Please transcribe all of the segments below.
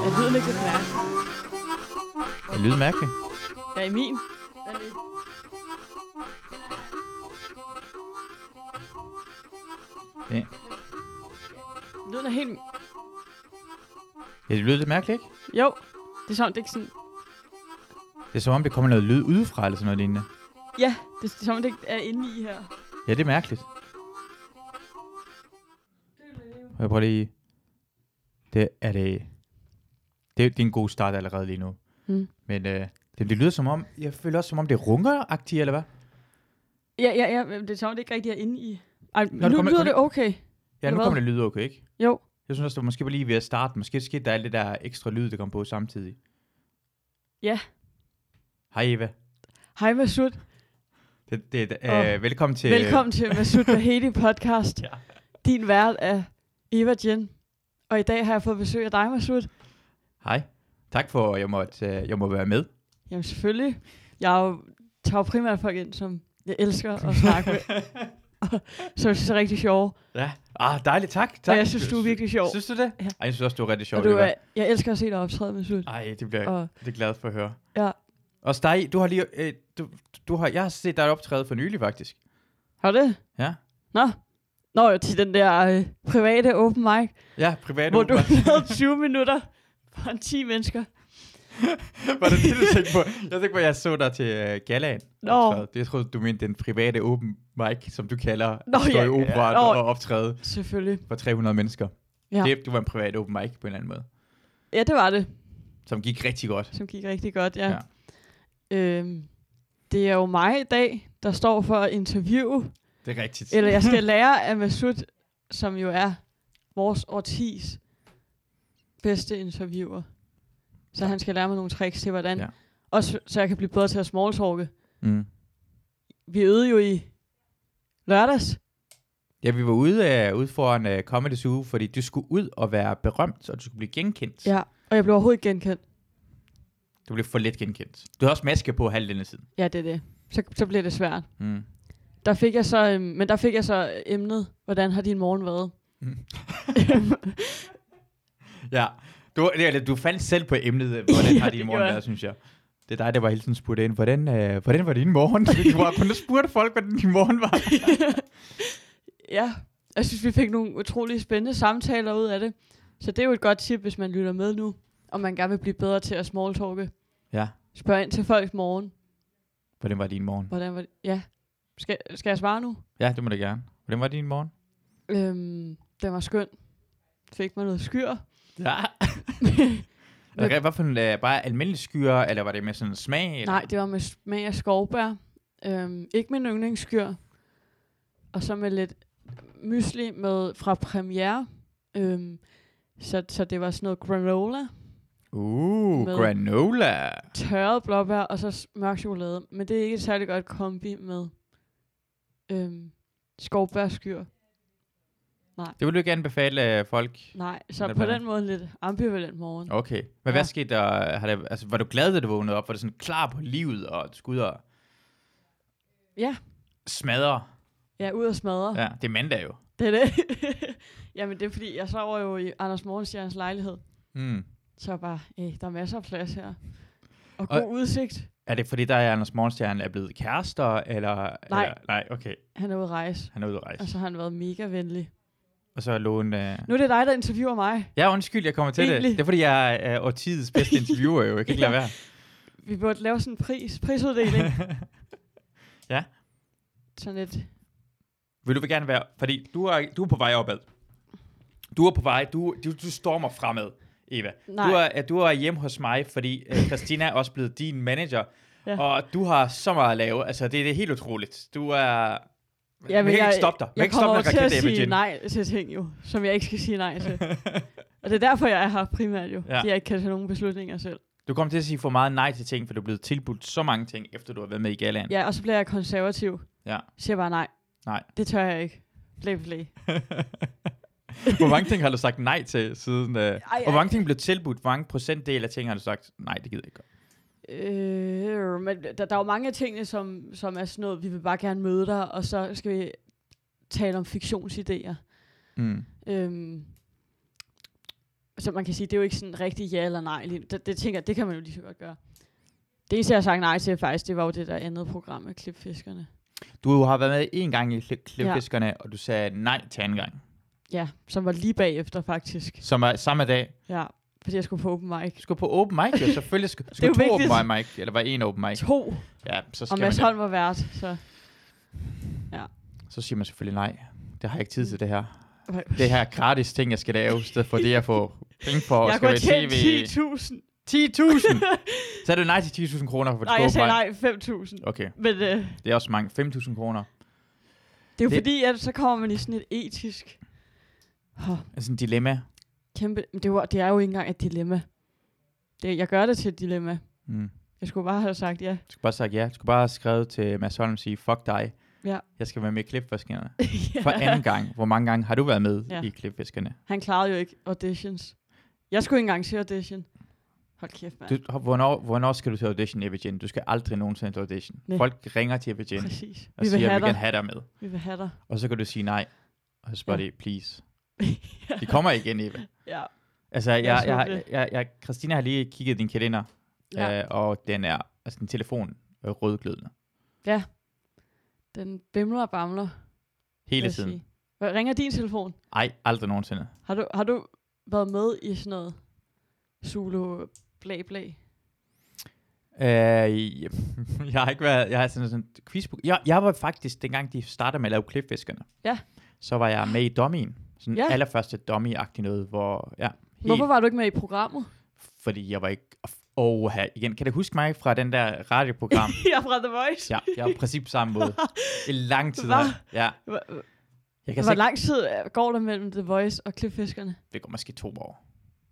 Er lyden ikke lidt mærkelig? Det lyder mærkeligt. Ja, i min. Den er Ja. lyden er helt... Ja, det lyder lidt mærkeligt, ikke? Jo, det er sådan, det er ikke sådan... Det er som om, det kommer noget lyd udefra, eller sådan noget lignende. Ja, det er som om, det ikke er inde i her. Ja, det er mærkeligt. Jeg prøver lige... Det er en god start allerede lige nu. Mm. Men det lyder som om... Jeg føler også som om, det runker-agtigt, eller hvad? Ja, det er som om, det ikke rigtig er inde i... Ej, Nå, nu lyder det okay. Ja, nu kommer det lyd okay, ikke? Jo. Jeg synes også, det var måske bare lige ved at starte. Måske skete der alt det der ekstra lyd, der kom på samtidig. Ja. Hej Eva. Hej Masoud. Velkommen til... Velkommen til Masoud Vahedi podcast. Ja. Din vært er Eva Jen. Og i dag har jeg fået besøg af dig, Masoud. Hej. Tak for, at jeg må være med. Jamen selvfølgelig. Jeg tager jo primært folk ind, som jeg elsker at snakke med. Så jeg synes, det er rigtig sjovt. Ja. Dejligt. Tak. Og jeg synes, du er virkelig sjov. Synes du det? Ja. Ej, jeg synes også, du er rigtig sjov. Og jeg elsker at se dig optræde, Masoud. Ej, det bliver jeg glad for at høre. Ja. Og dig, du har lige... jeg har set dig optræde for nylig, faktisk. Har du det? Ja. Nå, til den der private open mic. Ja, privat hvor open du mic. havde 20 minutter for 10 mennesker. Var det det, du tænkte på? Jeg tænkte på, at jeg så dig til galaen. Nå. Det troede du mente den private open mic, som du kalder. Nå, stå ja, i operaen og optræde selvfølgelig. for 300 mennesker. Ja. Du var en privat open mic på en eller anden måde. Ja, det var det. Som gik rigtig godt. Som gik rigtig godt, ja. Det er jo mig i dag, der står for at interviewe. Det er rigtigt. Eller jeg skal lære af Masoud, som jo er vores årtis bedste interviewer. Så han skal lære mig nogle tricks til, hvordan. Ja. Også så jeg kan blive bedre til at smalltalke. Mm. Vi øvede jo i lørdags. Ja, vi var ude foran Comedy Zoo, fordi du skulle ud og være berømt, og du skulle blive genkendt. Ja, og jeg blev overhovedet ikke genkendt. Du blev for let genkendt. Du havde også maske på halvdelen siden. Ja, det er det. Så blev det svært. Mm. Der fik jeg så emnet, hvordan har din morgen været? Mm. Ja, du fandt selv på emnet, hvordan har din morgen været, synes jeg. Det er dig, der var hele tiden spurgt ind, hvordan var din morgen? Du var kun spurgte folk, hvordan din morgen var. Ja, jeg synes, vi fik nogle utrolig spændende samtaler ud af det. Så det er jo et godt tip, hvis man lytter med nu, og man gerne vil blive bedre til at smalltalke. Ja. Spørg ind til folks morgen. Hvordan var din morgen? Hvordan var det? Ja. Skal jeg svare nu? Ja, det må du gerne. Hvordan var din morgen? Den var skøn. Fik mig noget skyr. Ja. Okay, hvad for en, bare almindelig skyr, eller var det med sådan en smag? Eller? Nej, det var med smag af skovbær. Ikke min yndlingsskyr. Og så med lidt mysli fra Premiere. Så det var sådan noget granola. Granola. Tørret blåbær og så mørk chokolade. Men det er ikke et særligt godt kombi med skovbærskyr. Nej. Det vil du ikke anbefale folk? Nej, så på den måde lidt ambivalent morgen. Okay. Men hvad skete der? Var du glad, da du vågnede op? Var du sådan klar på livet og skulle ud og smadre? Ja, ud og smadre. Ja, det er mandag jo. Det er det. Jamen det er fordi, jeg sover jo i Anders Morgenstjernes lejlighed. Mm. Så bare, der er masser af plads her. Og god udsigt. Er det fordi, der er Anders Morgenstjerne er blevet kærester? Eller, nej, okay. Han er ude at rejse. Og så har han været mega venlig. Og så er Lån... Nu er det dig, der interviewer mig. Ja, undskyld, jeg kommer til det. Det er fordi, jeg er årtidets bedste interviewer jo. Jeg kan ikke lade være. Vi burde lave sådan en prisuddeling. Ja. Sådan et... Vil du gerne være... Fordi du er på vej opad. Du er på vej... Du stormer fremad, Eva. Du er hjemme hos mig, fordi Christina er også blevet din manager. Ja. Og du har så meget at lave. Altså, det er helt utroligt. Du er... Ja, men jeg kan ikke stoppe dig. Jeg kommer til at sige nej til ting jo, som jeg ikke skal sige nej til. Og det er derfor, jeg er her primært jo. Fordi jeg ikke kan tage nogen beslutninger selv. Du kommer til at sige for meget nej til ting, for du er blevet tilbudt så mange ting, efter du har været med i galaen. Ja, og så bliver jeg konservativ. Ja. Siger bare nej. Nej. Det tør jeg ikke. Play. Hvor mange ting har du sagt nej til siden? Hvor mange ting blev tilbudt? Hvor mange procentdel af ting har du sagt, nej, det gider jeg ikke godt? Men der er jo mange af tingene, som er sådan noget, vi vil bare gerne møde dig, og så skal vi tale om fiktionsidéer. så man kan sige, det er jo ikke sådan rigtig ja eller nej. Det tænker jeg, det kan man jo lige så godt gøre. Det eneste, jeg har sagt nej til faktisk, det var jo det der andet program med Klipfiskerne. Du har været med en gang i Klipfiskerne, og du sagde nej til anden gang. Ja, som var lige bagefter faktisk. Som var samme dag? Ja, fordi jeg skulle på open mic. Du skulle på open mic, jo. Selvfølgelig skulle 2 open mic, eller var 1 open mic? 2. Ja, så skal og Mads Holm var vært, så... Ja. Så siger man selvfølgelig nej. Det har jeg ikke tid til det her. Det her gratis ting, jeg skal lave, i stedet for det, jeg får penge for. Jeg kunne tjene 10.000. 10.000? Så er det nej til 10.000 kroner for det. Nej, jeg sagde nej 5.000. Okay. Men, det er også mange. 5.000 kroner. Det er jo fordi, at så kommer man i sådan et etisk... Altså en dilemma. Kæmpe... Det er jo ikke engang et dilemma. Jeg gør det til et dilemma. Mm. Jeg skulle bare have sagt ja. Du skulle bare have sagt ja. Du skulle bare have skrevet til Mads Holm og sige, fuck dig. Ja. Jeg skal være med i Klipfiskerne. For anden gang. Hvor mange gange har du været med i Klipfiskerne? Han klarede jo ikke auditions. Jeg skulle ikke engang se audition. Hold kæft, mand. Hvornår skal du til audition, Evgen? Du skal aldrig nogensinde til audition. Nej. Folk ringer til Evgen og siger, at vi kan have dig med. Vi vil have dig. Og så kan du sige nej. Og så spørger de, please. De kommer igen, Eva. Ja. Altså, Christina har lige kigget din kalender, og den er, altså din telefon er rødglødende. Ja. Den bimler og bamler. Hele tiden. Sige. Ringer din telefon? Nej, aldrig nogensinde. Har du været med i sådan noget Zulu bla? Jeg har ikke været, jeg har sådan quizbook. Jeg var faktisk, dengang de startede med at lave Klipfiskerne, så var jeg med i Dummyen. Sådan allerførste dummy-agtig noget, hvor... Ja, hvorfor var du ikke med i programmet? Fordi jeg var ikke... igen, kan du huske mig fra den der radioprogram? Ja, fra The Voice. Ja, jeg var præcis på samme måde. I lang tid. Ja. Hvor lang tid går der mellem The Voice og Klipfiskerne? Det går måske 2 år.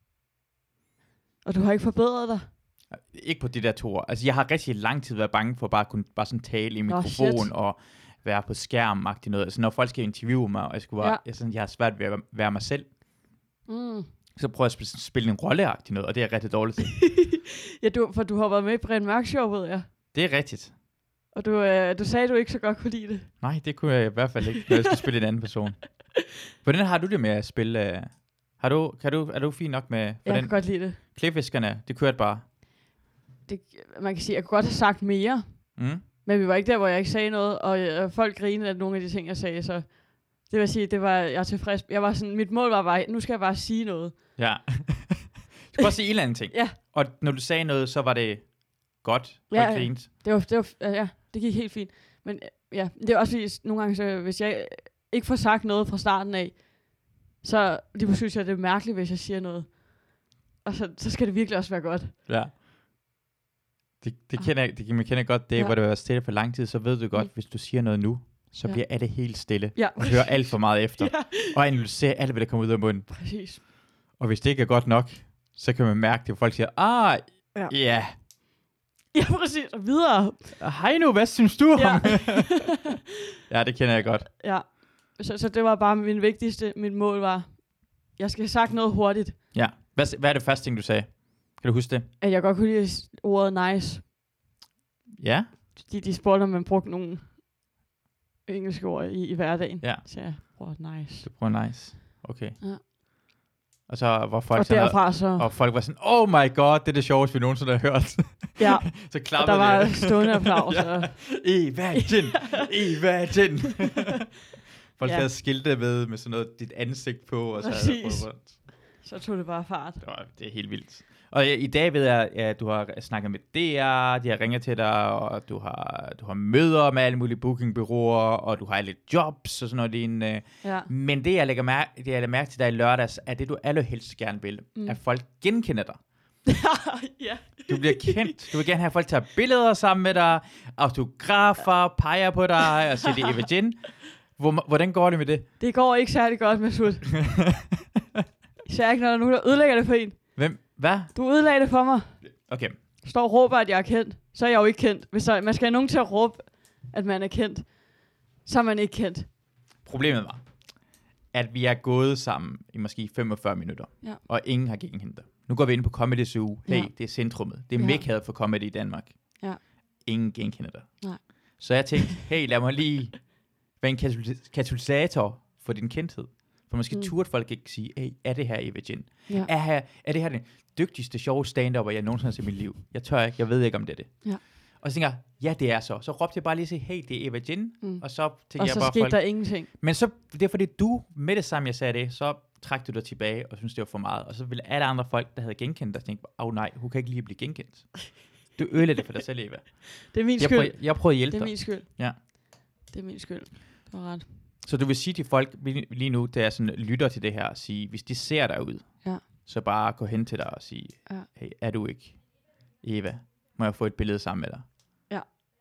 Og du har ikke forbedret dig? Ikke på de der 2 år. Altså, jeg har rigtig lang tid været bange for bare at kunne sådan tale i mikrofon og være på skærm-agtigt noget. Altså, når folk skal interviewe mig, og jeg har svært ved at være mig selv, så prøver jeg at spille en rolle-agtigt noget, og det er rigtig dårligt til. Ja, for du har været med i Brian Mørk Show, ved jeg. Det er rigtigt. Og du sagde, at du ikke så godt kunne lide det. Nej, det kunne jeg i hvert fald ikke, når jeg skal spille en anden person. Hvordan har du det med at spille? Er du fin nok med... Jeg kan godt lide det. Klipfiskerne, det kørte bare. Man kan sige, at jeg kunne godt have sagt mere. Men vi var ikke der, hvor jeg ikke sagde noget, og folk grinede af nogle af de ting, jeg sagde, så det vil sige, jeg er tilfreds. Jeg var sådan, mit mål var bare, nu skal jeg bare sige noget. Ja. Du skulle bare sige en eller anden ting. Ja. Og når du sagde noget, så var det godt. Ja, det gik helt fint. Men ja, det er også fordi, nogle gange, så, hvis jeg ikke får sagt noget fra starten af, så lige pludselig synes jeg, det er mærkeligt, hvis jeg siger noget. Og så skal det virkelig også være godt. Ja. Man kender godt det, hvor du er stille for lang tid, så ved du godt, hvis du siger noget nu, så bliver alle helt stille, og hører alt for meget efter, og analyserer alt, hvad der kommer ud af munden. Præcis. Og hvis det ikke er godt nok, så kan man mærke det, hvor folk siger, ja. Ja, præcis. Og videre. Hej nu, hvad synes du om? Ja, det kender jeg godt. Ja, så det var bare mit mål var, jeg skal have sagt noget hurtigt. Ja, hvad er det første ting, du sagde? Kan du huske det? At jeg godt kunne lide ordet nice. Ja? De spurgte, om man brugte nogle engelske ord i hverdagen. Ja. Så jeg bruger nice. Du bruger nice. Okay. Ja. Og så var folk og folk var sådan, oh my god, det er det sjoveste, vi nogensinde har hørt. Ja. Så klappede der var stående applaus. Evgen. Folk havde skilte med sådan noget, dit ansigt på. Og så tog det bare fart. Det er helt vildt. Og i dag ved jeg, at du har snakket med DR, de har ringet til dig, og du har møder med alle mulige bookingbureauer, og du har alle jobs og sådan noget lignende. Ja. Men det, jeg lægger mærke til dig i lørdags, er det, du allerhelst gerne vil, at folk genkender dig. Ja. Du bliver kendt. Du vil gerne have, at folk tager billeder sammen med dig, autografer, peger på dig og siger, det er Evgen. Hvordan går det med det? Det går ikke særlig godt, Masud. Især ikke, når der er nogen, der ødelægger det for en. Hvem? Hvad? Du ødelagde det for mig. Okay. Står og råber, at jeg er kendt. Så er jeg jo ikke kendt. Hvis man skal have nogen til at råbe, at man er kendt, så er man ikke kendt. Problemet var, at vi er gået sammen i måske 45 minutter, og ingen har genkendt dig. Nu går vi ind på Comedy Zoo. Hey, det er centrummet. Det er mekkaet for comedy i Danmark. Ja. Ingen genkender dig. Nej. Så jeg tænkte, hey, lad mig lige være en katalysator for din kendthed. For måske turde folk ikke sige, hey, er det her Eva Jin? Ja. Er det her den dygtigste, sjove stand-upper, jeg nogensinde har set i mit liv? Jeg tør ikke, jeg ved ikke, om det er det. Ja. Og så tænker jeg, ja, det er så. Så råbte jeg bare lige og sige, hey, det er Eva Jin. Og så tænker jeg bare, og så skete der ingenting. Men så, det er fordi du, med det samme jeg sagde det, så trak du dig tilbage, og synes det var for meget. Og så ville alle andre folk, der havde genkendt dig, tænke, nej, hun kan ikke lige blive genkendt. Du ødelægger det for dig selv, Eva. Det er min skyld. Jeg prøver at hjælpe dig. Det er min skyld. Ja. Det er min skyld. Du har ret. Så du vil sige til folk lige nu, der sådan lytter til det her, og sige, hvis de ser dig ud, så bare gå hen til dig og sige, hey, er du ikke Eva? Må jeg få et billede sammen med dig? Ja.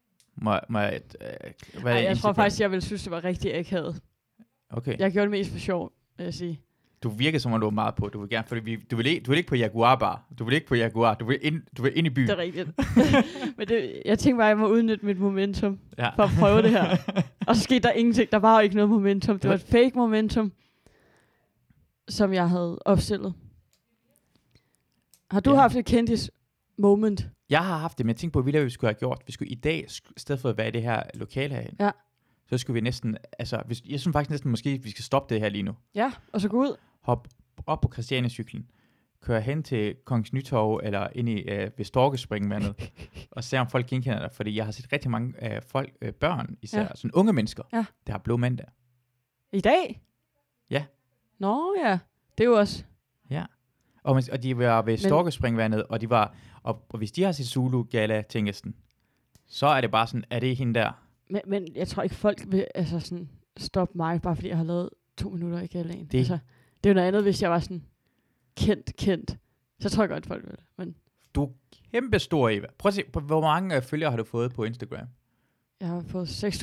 Jeg tror faktisk, jeg ville synes, det var rigtig akavet. Okay. Jeg gjorde det mest for sjov, vil jeg sige. Du virker som om du var meget på. Du vil gerne, fordi du vil ikke på Jaguar Bar. Du vil ikke på Jaguar. Du vil ind i byen. Det er rigtigt. Men jeg tænkte bare, at jeg må udnytte mit momentum for at prøve det her. Og så skete der ingenting. Der var jo ikke noget momentum. Det var et fake momentum, som jeg havde opstillet. Har du haft et kendis moment? Jeg har haft det, men jeg tænkte på, hvad vi skulle have gjort. Vi skulle i dag, i stedet for at være i det her lokale herinde, så skulle vi næsten, jeg synes faktisk næsten måske, vi skal stoppe det her lige nu. Ja, og så gå ud. Hop op på Christiania-cyklen, køre hen til Kongens Nytorv, eller ind i ved Storkespringvandet, og se om folk genkender dig, fordi jeg har set rigtig mange børn, især sådan unge mennesker, der har blå mandag. I dag? Ja. Nå ja, det er jo også. Ja, og de var ved Storkespringvandet, og de var, og hvis de har sit Zulu Gala Tingesten, så er det bare sådan, er det hende der? Men jeg tror ikke, folk vil sådan stoppe mig, bare fordi jeg har lavet 2 minutter i galaen. Det er jo noget andet, hvis jeg var sådan kendt. Så tror jeg godt, folk vil. Men du er kæmpe stor, Eva. Prøv at se, hvor mange følgere har du fået på Instagram? Jeg har fået 6.800. 6.800?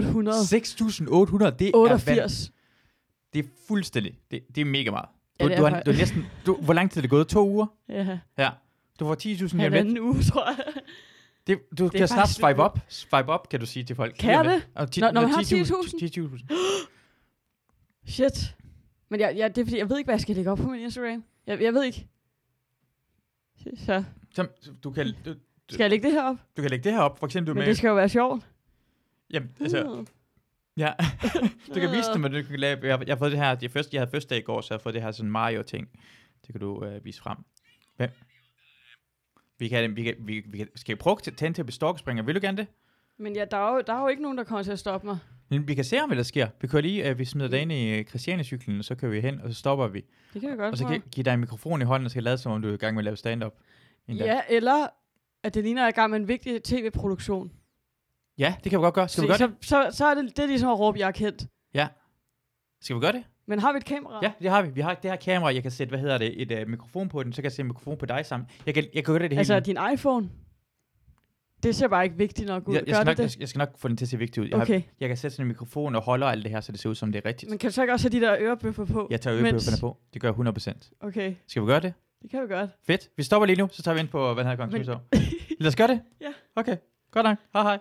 Det 88. Det er fuldstændig. Det er mega meget. Du er næsten, hvor lang tid er det gået? 2 uger? Ja. Du får 10.000 hver anden uge, tror jeg. Du kan snart swipe up, kan du sige til folk. Kan jeg det? Når man har 10.000? Shit. Men det er fordi, jeg ved ikke, hvad jeg skal lægge op på min Instagram. Jeg ved ikke. Så skal jeg lægge det her op? Du kan lægge det her op, for eksempel. Men det skal jo være sjovt. Jamen, altså. Ja, du kan vise det, men du kan lave. Jeg har fået det her. Jeg havde første dag i går, så jeg har fået det her sådan Mario-ting. Det kan du vise frem. Hvem? Vi skal prøve at tænde til at bestorkespringer. Vil du gerne det? Men ja, der er jo ikke nogen, der kommer til at stoppe mig. Men vi kan se, om hvad der sker. Vi kan lige, vi smider dig ind i Christiania-cyklen, og så kører vi hen, og så stopper vi. Det kan vi godt. Og så giver dig en mikrofon i hånden, og skal lade, som om du er i gang med at lave stand-up. Ja, eller at det ligner, at jeg er i gang med en vigtig tv-produktion. Ja, det kan vi godt gøre. Skal vi gøre det? Så er det ligesom at råbe, jeg er kendt. Ja. Skal vi gøre det? Men har vi et kamera? Ja, det har vi. Vi har det her kamera, jeg kan sætte, et mikrofon på den, så kan jeg sætte en mikrofon på dig sammen. Jeg kan gøre det hele. Altså din iPhone? Det ser bare ikke vigtigt nok ud. Jeg skal nok få den til at se vigtigt ud. Jeg kan sætte sådan en mikrofon og holde alt det her, så det ser ud som det er rigtigt. Men kan du så ikke også have de der ørebøffer på? Jeg tager ørebøfferne på. Det gør jeg 100%. Okay. Skal vi gøre det? Det kan vi godt. Fedt. Vi stopper lige nu, så tager vi ind på, hvad her Kongens Nytorv. Lad os gøre det? Ja. Okay. Godt nok. Hej.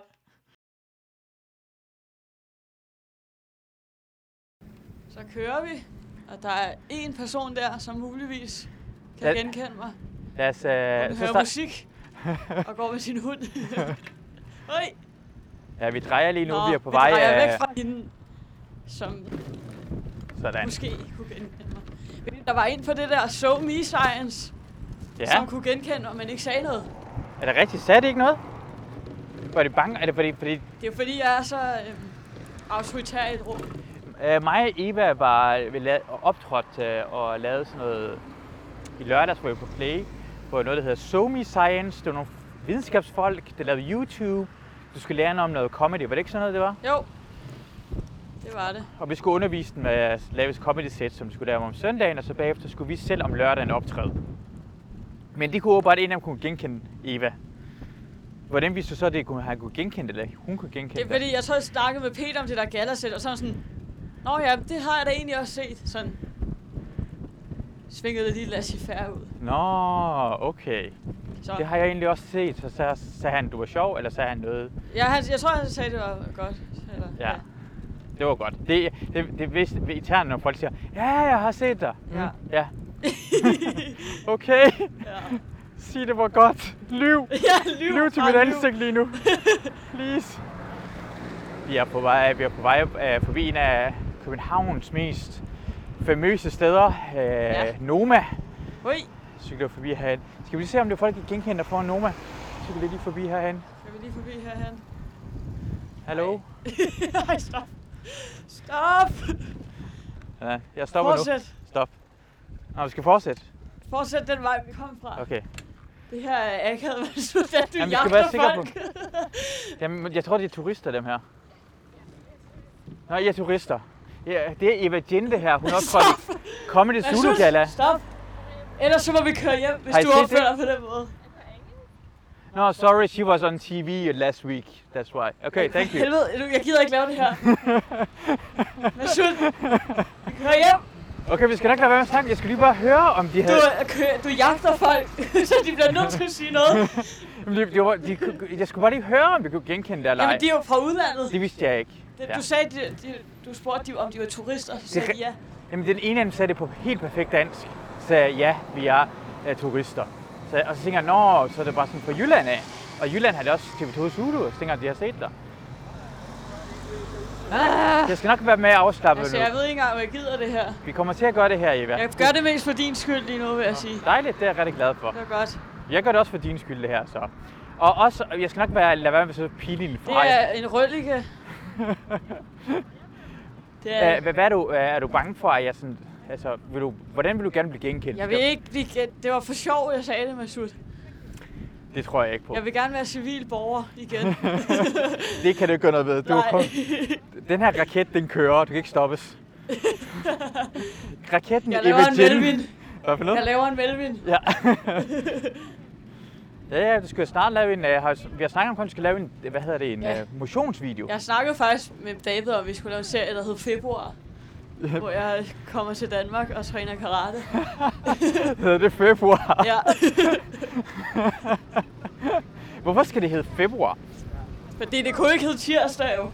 Så kører vi, og der er en person der, som muligvis kan genkende mig. Lad os hører musik og går med sin hund. Oj. Ja, vi drejer lige nu, vi er på vej. Vi drejer væk fra hende, som sådan. Måske kunne genkende mig. Der var en på det der So Me Science, som kunne genkende mig, men ikke sagde noget. Er det rigtigt? Sagde det ikke noget? Var det bange? Er det fordi... Det er jo fordi, jeg er så autoritær i et rum. Mig og Eva var optrådt og lavede sådan noget i lørdags, hvor vi på Play, på noget, der hedder So Me Science. Det var nogle videnskabsfolk, der lavede YouTube. Du skulle lære om noget comedy. Var det ikke sådan noget, det var? Jo, det var det. Og vi skulle undervise dem med at lave et comedy set, som vi skulle lave om søndagen, og så bagefter skulle vi selv om lørdagen optræde. Men de kunne åbenbart, en af dem kunne genkende Eva. Hvordan vidste du så, at han kunne genkende det, eller hun kunne genkende det? Det er fordi, jeg tror, jeg snakkede med Peter om det der galasæt, og sådan, nå ja, det har jeg da egentlig også set. Sådan svingede det lige laissez-faire ud. Nå, okay. Så. Det har jeg egentlig også set. Så sagde han, du var sjov, eller sagde han noget? Ja, jeg tror, han sagde, det var godt. Eller, ja, det var godt. Det er vist irriterende, når folk siger, ja, jeg har set dig. Ja. Okay. Ja. Sig det var godt. Lyv. Ja, lyv til mit ansigt lige nu. Please. Vi er på vej forbi en af Københavns mest famøse steder. Noma. Ui. Cykler forbi herhen. Skal vi lige se, om det er folk, der genkender foran Noma? Cykler vi lige forbi herhen. Skal vi lige forbi herhen? Hallo? Nej, stop. Stop! Ja, jeg stopper Fortsæt. nu. Stop. Nå, vi skal fortsætte. Fortsæt den vej, vi kom fra. Okay. Det her er akavet, men sådan, du Jamen, vi skal være sikre folk. på. Jamen, jeg tror, det er turister, dem her. Nå, I er turister. Ja, det er Eva Jinde her. Hun er også fra Comedy Zulu Gala. Stop. Ellers så må vi køre hjem, hvis du opfører dig på den måde. No, sorry, she was on TV last week. That's why. Okay, thank you. Helvede, jeg gider ikke lave det her. Masud, vi kører hjem. Okay, vi skal nok lade være med at snakke. Jeg skal lige bare høre, om de havde... Du jagter folk, så de bliver nødt til at sige noget. Jeg skulle bare lige høre, om vi kunne genkende det eller ej. Jamen, de er jo fra udlandet. Det vidste jeg ikke. Du sagde, du spurgte, om de var turister, så sagde de ja. Jamen, den ene af dem sagde det på helt perfekt dansk. Sagde, ja, vi er turister. Og så tænker jeg, nå, så er det bare sådan fra Jylland af. Og Jylland har det også TV2 Zulu, så tænker jeg, de har set dig. Jeg skal nok være med at afslappe altså, nu. Jeg ved ikke engang, om jeg gider det her. Vi kommer til at gøre det her, Eva. Jeg gør det mest for din skyld lige nu, vil jeg sige. Dejligt, det er jeg rigtig glad for. Det er godt. Jeg gør det også for din skyld, det her, så. Og også, jeg skal nok lade være med så pinligt fra. Det er en røllige. Er du bange for, at jeg sådan... Altså, hvordan vil du gerne blive genkendt? Jeg vil ikke blive genkendt. Det var for sjov, jeg sagde det, Masud. Det tror jeg ikke på. Jeg vil gerne være civil borger igen. Det kan du ikke gøre noget ved. Den her raket, den kører. Du kan ikke stoppes. Raketten jeg laver en Melvin. Hvad for noget? Jeg laver en Melvin. Ja. Ja, du skal snart lave en... vi har snakket om, at du skal lave en, motionsvideo. Jeg snakkede faktisk med David om, at vi skulle lave en serie, der hed Februar. Hvor jeg kommer til Danmark og træner karate. Hedder det Februar? Ja. Hvorfor skal det hedde Februar? Fordi det kunne ikke hedde tirsdag jo.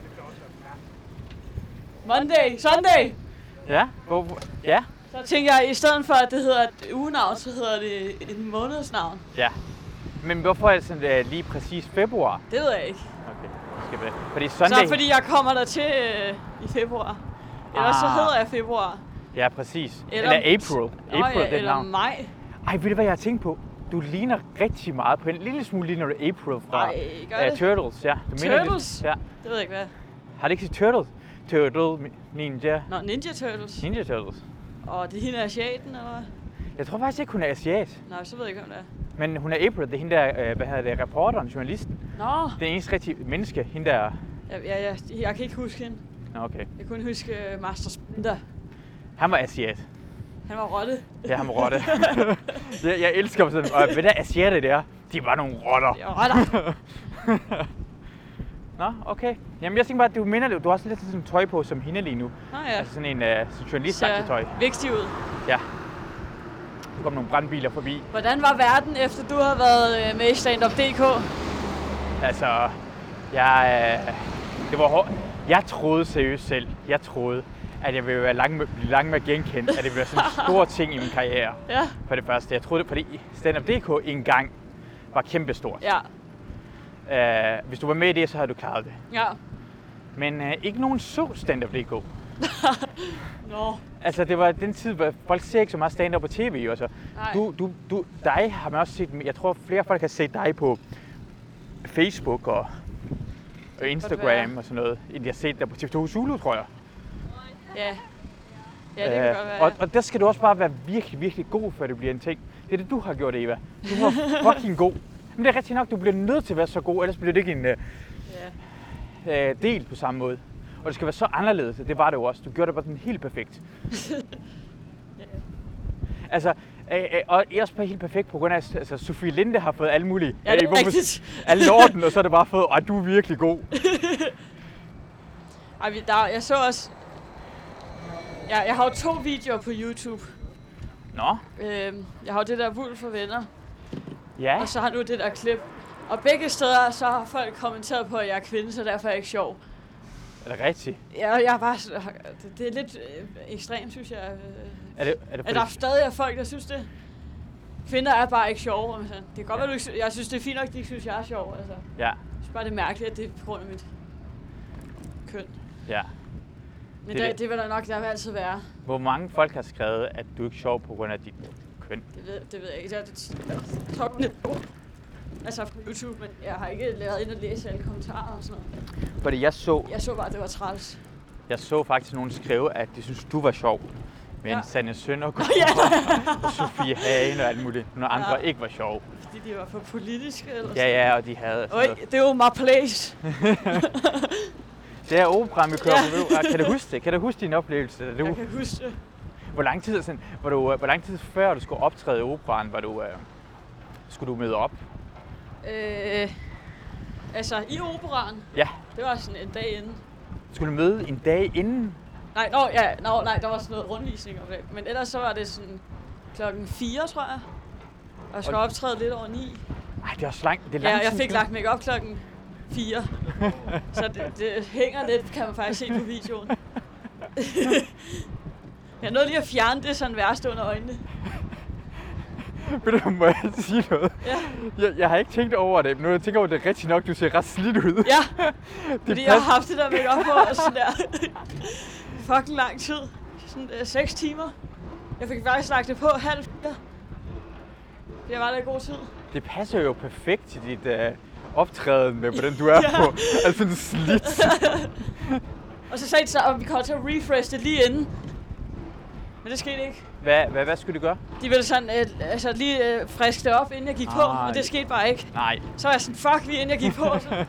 Monday, Sunday. Ja, ja. Så tænker jeg, i stedet for at det hedder et ugenavn, så hedder det en månedsnavn. Ja. Men hvorfor er det sådan lige præcis februar? Det ved jeg ikke. Okay, fordi Sunday... Så fordi jeg kommer der til i februar. Ellers så hedder jeg februar. Ja, præcis. Eller April. April, det eller navn. maj. Ej, ved du hvad jeg har tænkt på? Du ligner rigtig meget på en lille smule ligner du April fra Turtles. Ja. Turtles? Ja. Det ved jeg ikke hvad. Har det ikke set Turtles? Turtle Ninja. Nå, Ninja Turtles. Ninja Turtles. Og det er hende asiaten, eller hvad? Jeg tror faktisk ikke, hun er asiat. Nej, så ved jeg ikke, om det er. Men hun er April, det er hende der, reporteren, journalisten. Nå. Det er eneste rigtige menneske, hende der... Jeg kan ikke huske hende. Nå, okay. Jeg kunne huske Master Splinter. Han var asiat. Han var rotte. Ja, han var rotte. jeg elsker dem sådan, og hvad der asiater det er, de er bare nogle rotter. Ja, rotter. Nå, okay. Jamen jeg tænker bare, du har også lidt sådan tøj på som hende lige nu. Nå ja. Altså sådan en journalist-agtig tøj. Vækstig ud. Ja. Der kom nogle brandbiler forbi. Hvordan var verden, efter du har været med i Stand-Up.dk? Altså, det var hårdt. Jeg troede seriøst selv, at jeg ville blive langt med genkendt, at det ville være sådan en stor ting i min karriere. Ja. For det første. Jeg troede, fordi Stand-Up.dk engang var kæmpestort. Ja. Hvis du var med i det, så havde du klaret det. Ja. Men ikke nogen så Stand-Up.dk. Nå. Altså, det var den tid, hvor folk ser ikke så meget stand-up på tv. Altså. Dig har man også set, jeg tror flere folk har set dig på Facebook og Instagram og sådan noget, end jeg har set dig på TV2 Zulu, tror jeg. Ja. Ja, det kan godt være. Og der skal du også bare være virkelig, virkelig god, før det bliver en ting. Det er det, du har gjort, Eva. Du var fucking god. Men det er rigtigt nok, du bliver nødt til at være så god, ellers bliver det ikke en del på samme måde. Og det skal være så anderledes, det var det jo også. Du gjorde det bare sådan helt perfekt. Altså, og også bare helt perfekt på grund af, altså Sofie Linde har fået alle mulige. Ja, det er rigtigt. Alle lorten, og så er det bare fået, du er virkelig god. Jeg så også, jeg har jo 2 videoer på YouTube. Nå. Jeg har jo det der Wulff for venner. Ja. Og så har nu det der klip. Og begge steder, så har folk kommenteret på, at jeg er kvinde, så derfor er jeg ikke sjov. Er det rigtigt? Ja, jeg er bare, det er lidt ekstremt, synes jeg. Er det at der stadig er folk, der synes det. Kvinder er bare ikke sjove. Altså. Det kan godt være, jeg synes, det er fint nok, at de ikke synes, jeg er sjov. Altså. Ja. Jeg synes bare, det er mærkeligt, at det er på grund af mit køn. Ja. Men det vil der nok der vil altid være. Hvor mange folk har skrevet, at du ikke er sjov på grund af dit køn? Det ved jeg ikke. Det er toppen altså på YouTube, men jeg har ikke lavet ind og læse alle kommentarer og sådan noget. Fordi jeg så bare, at det var træls. Jeg så faktisk nogen skrive, at de synes, du var sjov. Men Sanne Søndergaard og Sofie Hagen og alt muligt. Nogle andre ikke var sjov. Fordi de var for politiske eller Ja, og de havde... det er jo my place. Det er operan, vi kører på. Kan du huske det? Kan du huske din oplevelse? Jeg kan huske det. Hvor lang tid før du skulle optræde i operan, skulle du møde op? Altså i operan? Ja. Det var sådan en dag inden. Skulle du møde en dag inden? Nej, der var sådan noget rundvisning om det. Men ellers så var det sådan 4:00, tror jeg. Og jeg skulle optræde lidt over 9. Ej, det er også langt. Det er lang jeg fik lagt make op 4. Så det hænger lidt, kan man faktisk se på videoen. Jeg nåede lige at fjerne det sådan værste under øjnene. Ved du, må jeg sige noget? Ja. Jeg har ikke tænkt over det, men nu jeg tænker over det rigtig nok, du ser ret slidt ud. Ja, fordi jeg har haft det der make-up på og sådan der. Fucking lang tid. Sådan 6 timer. Jeg fik faktisk lagt det på 3:30. Det var da i god tid. Det passer jo perfekt til dit optræden med, hvordan du er på. Altså sådan slidt. Og så sagde de så, at vi kommer til at refresh det lige inden. Men det skete ikke. Hvad skulle du gøre? De ville sådan lige friske det op, inden jeg gik på, men det skete bare ikke. Nej. Så var jeg sådan, fuck lige inden jeg gik på.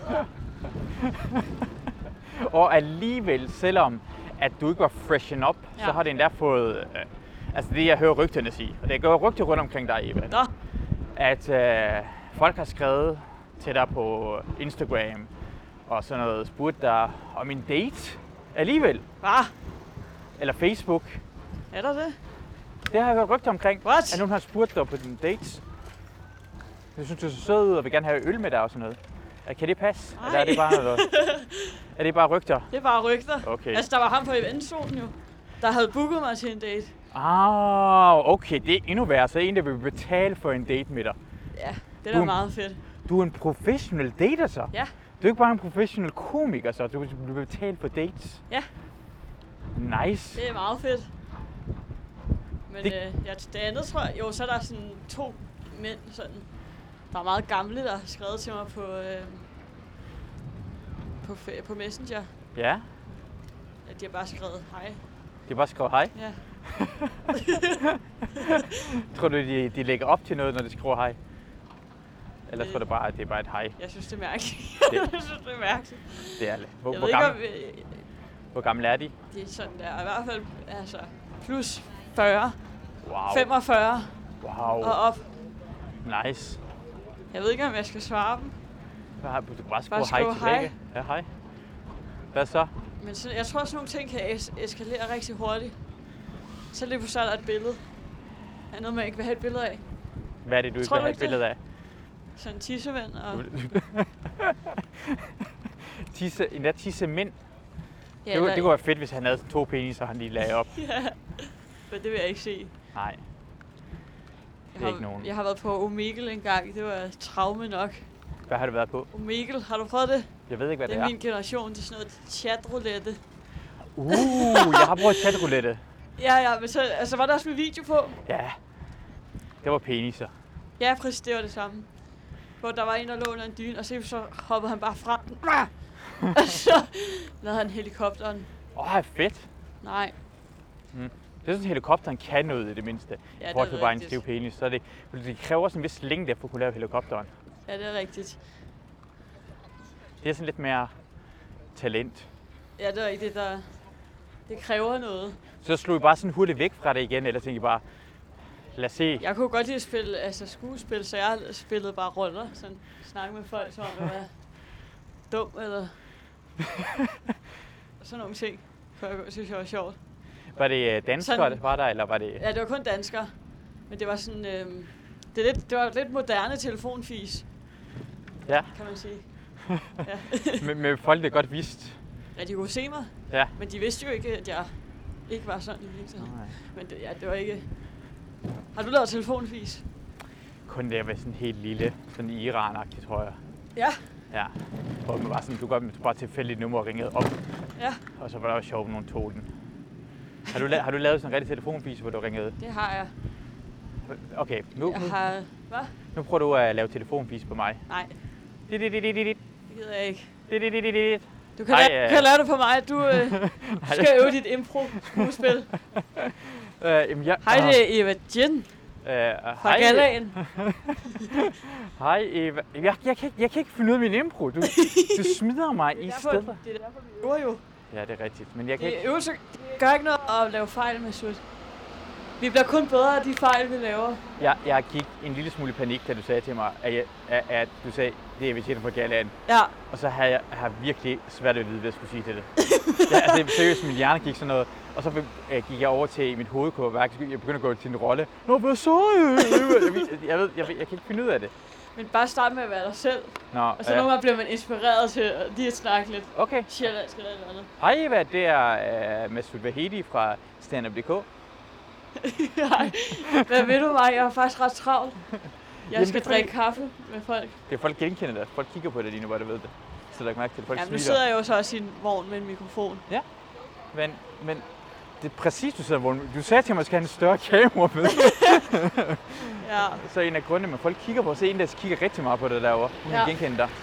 Og alligevel, selvom at du ikke var freshen up, så har det endda fået... altså det, jeg hører rygterne sige, og det går rygter rundt omkring dig, Eva. Nå. At folk har skrevet til dig på Instagram og sådan noget, spurgt dig om en date alligevel. Hvad? Eller Facebook. Er der det? Det har jeg hørt rygter omkring. What? At nogen har spurgt dig på dine dates. Jeg synes, du er så sød ud og vil gerne have øl med dig og sådan noget. Kan det passe? Nej. Eller er det bare noget? Er det bare rygter? Det er bare rygter. Okay. Altså, der var ham på eventzonen jo, der havde booket mig til en date. Okay. Det er endnu værre. Så en, der vil betale for en date med dig. Ja, det er da meget fedt. Du er en professional dater så? Ja. Du er ikke bare en professional komiker så? Du vil betale for dates? Ja. Nice. Det er meget fedt. Men det andet tror jeg, så er der sådan 2 mænd, sådan, der er meget gamle, der har skrevet til mig på Messenger. Ja? At de har bare skrevet hej. De har bare skrevet hej? Ja. Tror du, de lægger op til noget, når de skriver hej? Eller tror du bare, at det er bare et hej? Jeg synes, det er mærkeligt. Jeg synes, det er mærkeligt. Det er det. Hvor gammel er de? De er sådan der, i hvert fald altså plus 40. Wow. 45. Wow. Og op. Nice. Jeg ved ikke, om jeg skal svare dem. Du kan bare skrive hej til begge. Ja, hej. Hvad så? Men så, jeg tror, at sådan nogle ting kan eskalere rigtig hurtigt. Så lige pludselig er der et billede. Er noget, man ikke vil have et billede af. Hvad er det, du ikke vil have et billede af? Sådan en tissemænd og... Endda tissemænd? Ja, det kunne være fedt, hvis han havde 2 peniser, han lige lagde op. Ja, men det vil jeg ikke se. Nej. Det er ikke nogen. Jeg har været på Omegle en gang. Det var traume nok. Hvad har du været på? Omegle, har du prøvet det? Jeg ved ikke, hvad det er. Det er min generation. Det er sådan noget chatroulette. Jeg har prøvet chatroulette. Ja, men så var der også en video på. Ja. Det var peniser. Ja, præcis, det var det samme. Hvor der var en, der lå under en dyne, og så hoppede han bare frem. Og så lavede han helikopteren. Fedt. Nej. Det er sådan, at helikopteren kan noget i det mindste. Ja, det er bare en stiv penis. Så det kræver sådan en vis længde for at kunne lave helikopteren. Ja, det er rigtigt. Det er sådan lidt mere talent. Ja, det er rigtigt. Det kræver noget. Så slog I bare sådan hurtigt væk fra det igen, eller tænkte I bare, lad os se. Jeg kunne godt lide at spille skuespil, så jeg spillede bare roller. Sådan snakke med folk, som om jeg var dum, eller sådan nogle ting. For jeg synes, jeg var sjovt. Var det danskere, der var der, eller var det... Ja, det var kun danskere. Men det var sådan... det var lidt moderne telefonfis. Ja. Kan man sige. Ja. med folk, der godt vidste. Ja, de kunne se mig. Ja. Men de vidste jo ikke, at jeg ikke var sådan i virkeligheden. Men det var ikke... Har du lavet telefonfis? Kun det var sådan helt lille, sådan Iran-agtigt, tror jeg. Ja. Ja. Hvor man var sådan, du godt bare tilfældigt nummer og ringede op. Ja. Og så var det også sjovt, at nogen tog den. Har du lavet sådan en rigtig telefonfis, hvor du ringede? Det har jeg. Okay, nu prøver du at lave telefonfis på mig. Nej. Det gider jeg ikke. Du kan lave det på mig. Du skal øve dit impro-skuespil. Hej, det er Eva Jin fra Galaen. Hej Eva. Jeg kan ikke finde ud af min impro. Du smider mig i stedet. Det er derfor, vi øver jo. Ja, det er rigtigt. Men jeg kan ikke... Øvelse gør ikke noget at lave fejl med Sud. Vi bliver kun bedre af de fejl, vi laver. Jeg gik en lille smule panik, da du sagde til mig, at du sagde, det er Eva Jin fra Galaen. Ja. Og så har jeg virkelig svært at vide, hvad jeg skulle sige til det. Seriøst, min hjerne gik sådan noget. Og så gik jeg over til mit hovedkårværk. Jeg begyndte at gå til en rolle. Nå, hvad så? Jeg kan ikke finde ud af det. Men bare start med at være dig selv. Nå, og så nogle gange bliver man inspireret til lige at snakke lidt. Okay. Sjællandsk eller andet. Hej Eva, det er Masud Vahedi fra standup.dk. Nej, hvad ved du mig? Jeg er faktisk ret travlt. Jeg skal drikke kaffe med folk. Det er folk genkender det. Folk kigger på det lige nu, hvor du ved det. Så der kan mærke til, at folk smiler. Nu sidder jeg jo så også i en vogn med en mikrofon. Ja, men det er præcis, du sidder i vognen. Du sagde til mig, at jeg skal have en større kamera med. Ja. Så en af grundene, men folk kigger på, så en, der kigger rigtig meget på det derovre. Hun kan genkende dig.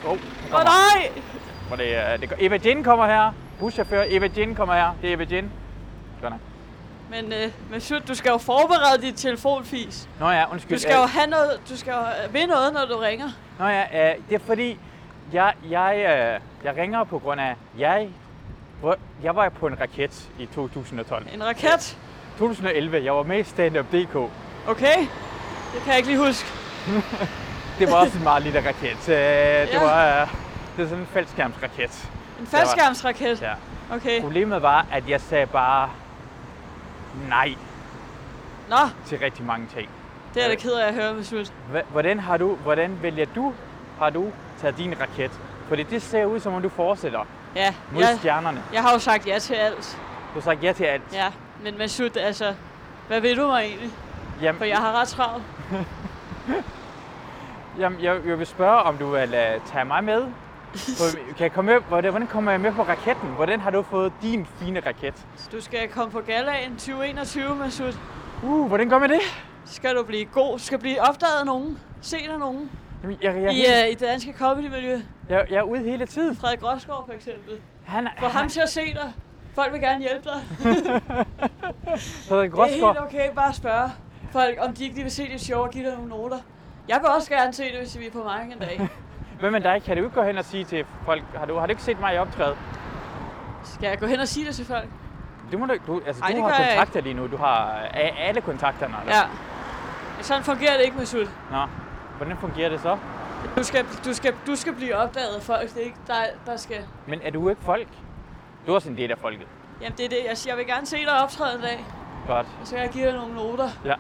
Nej! Eva Jin kommer her. Buschauffør, Eva Jin kommer her. Det er Eva Jin. Godt nok. Men Sud, du skal jo forberede dit telefonfis. Nå ja, undskyld. Du skal jo have noget, du skal jo ved noget, når du ringer. Nå ja, det er fordi, jeg ringer på grund af, jeg var på en raket i 2012. En raket? 2011, jeg var med i standup.dk. Okay, det kan jeg ikke lige huske. Det var også en meget lille raket. Det var sådan en faldskærmsraket. En faldskærmsraket? Ja. Okay. Problemet var, at jeg sagde bare nej til rigtig mange ting. Det er da ked af at høre, Masud. Har du taget din raket? Fordi det ser ud, som om du fortsætter mod stjernerne. Jeg har jo sagt ja til alt. Du har sagt ja til alt? Ja, men Masud, altså, hvad ved du mig egentlig? Jamen, for jeg har ret travlt. Jamen, jeg vil spørge, om du vil tage mig med. Kan jeg komme med? Hvordan kommer jeg med på raketten? Hvordan har du fået din fine raket? Du skal komme på Galaen 2021, Masud. Hvordan gør man det? Skal du blive god? Du skal blive opdaget af nogen. Set af nogen. Jamen, I det danske comedy-miljø. Jeg er ude hele tiden. Frederik Rosgaard for eksempel. Få ham til at se dig. Folk vil gerne hjælpe dig. Frederik Rosgaard? Det er helt okay, bare spørge folk, om de ikke lige vil se dit show og give dig nogle noter. Jeg vil også gerne se det, hvis vi er på mig en dag. Hvem med dig? Kan du ikke gå hen og sige til folk, har du ikke set mig i optræde? Skal jeg gå hen og sige det til folk? Det må du har kontakter lige nu. Du har alle kontakterne. Eller? Ja. Sådan fungerer det ikke, Masud. Nå, hvordan fungerer det så? Du skal blive opdaget af folk. Det er ikke dig, der skal... Men er du ikke folk? Du er også en del af folket. Jamen det er det. Jeg siger, jeg vil gerne se dig optræde en dag. Godt. Og så kan jeg give dig nogle noter. Ja.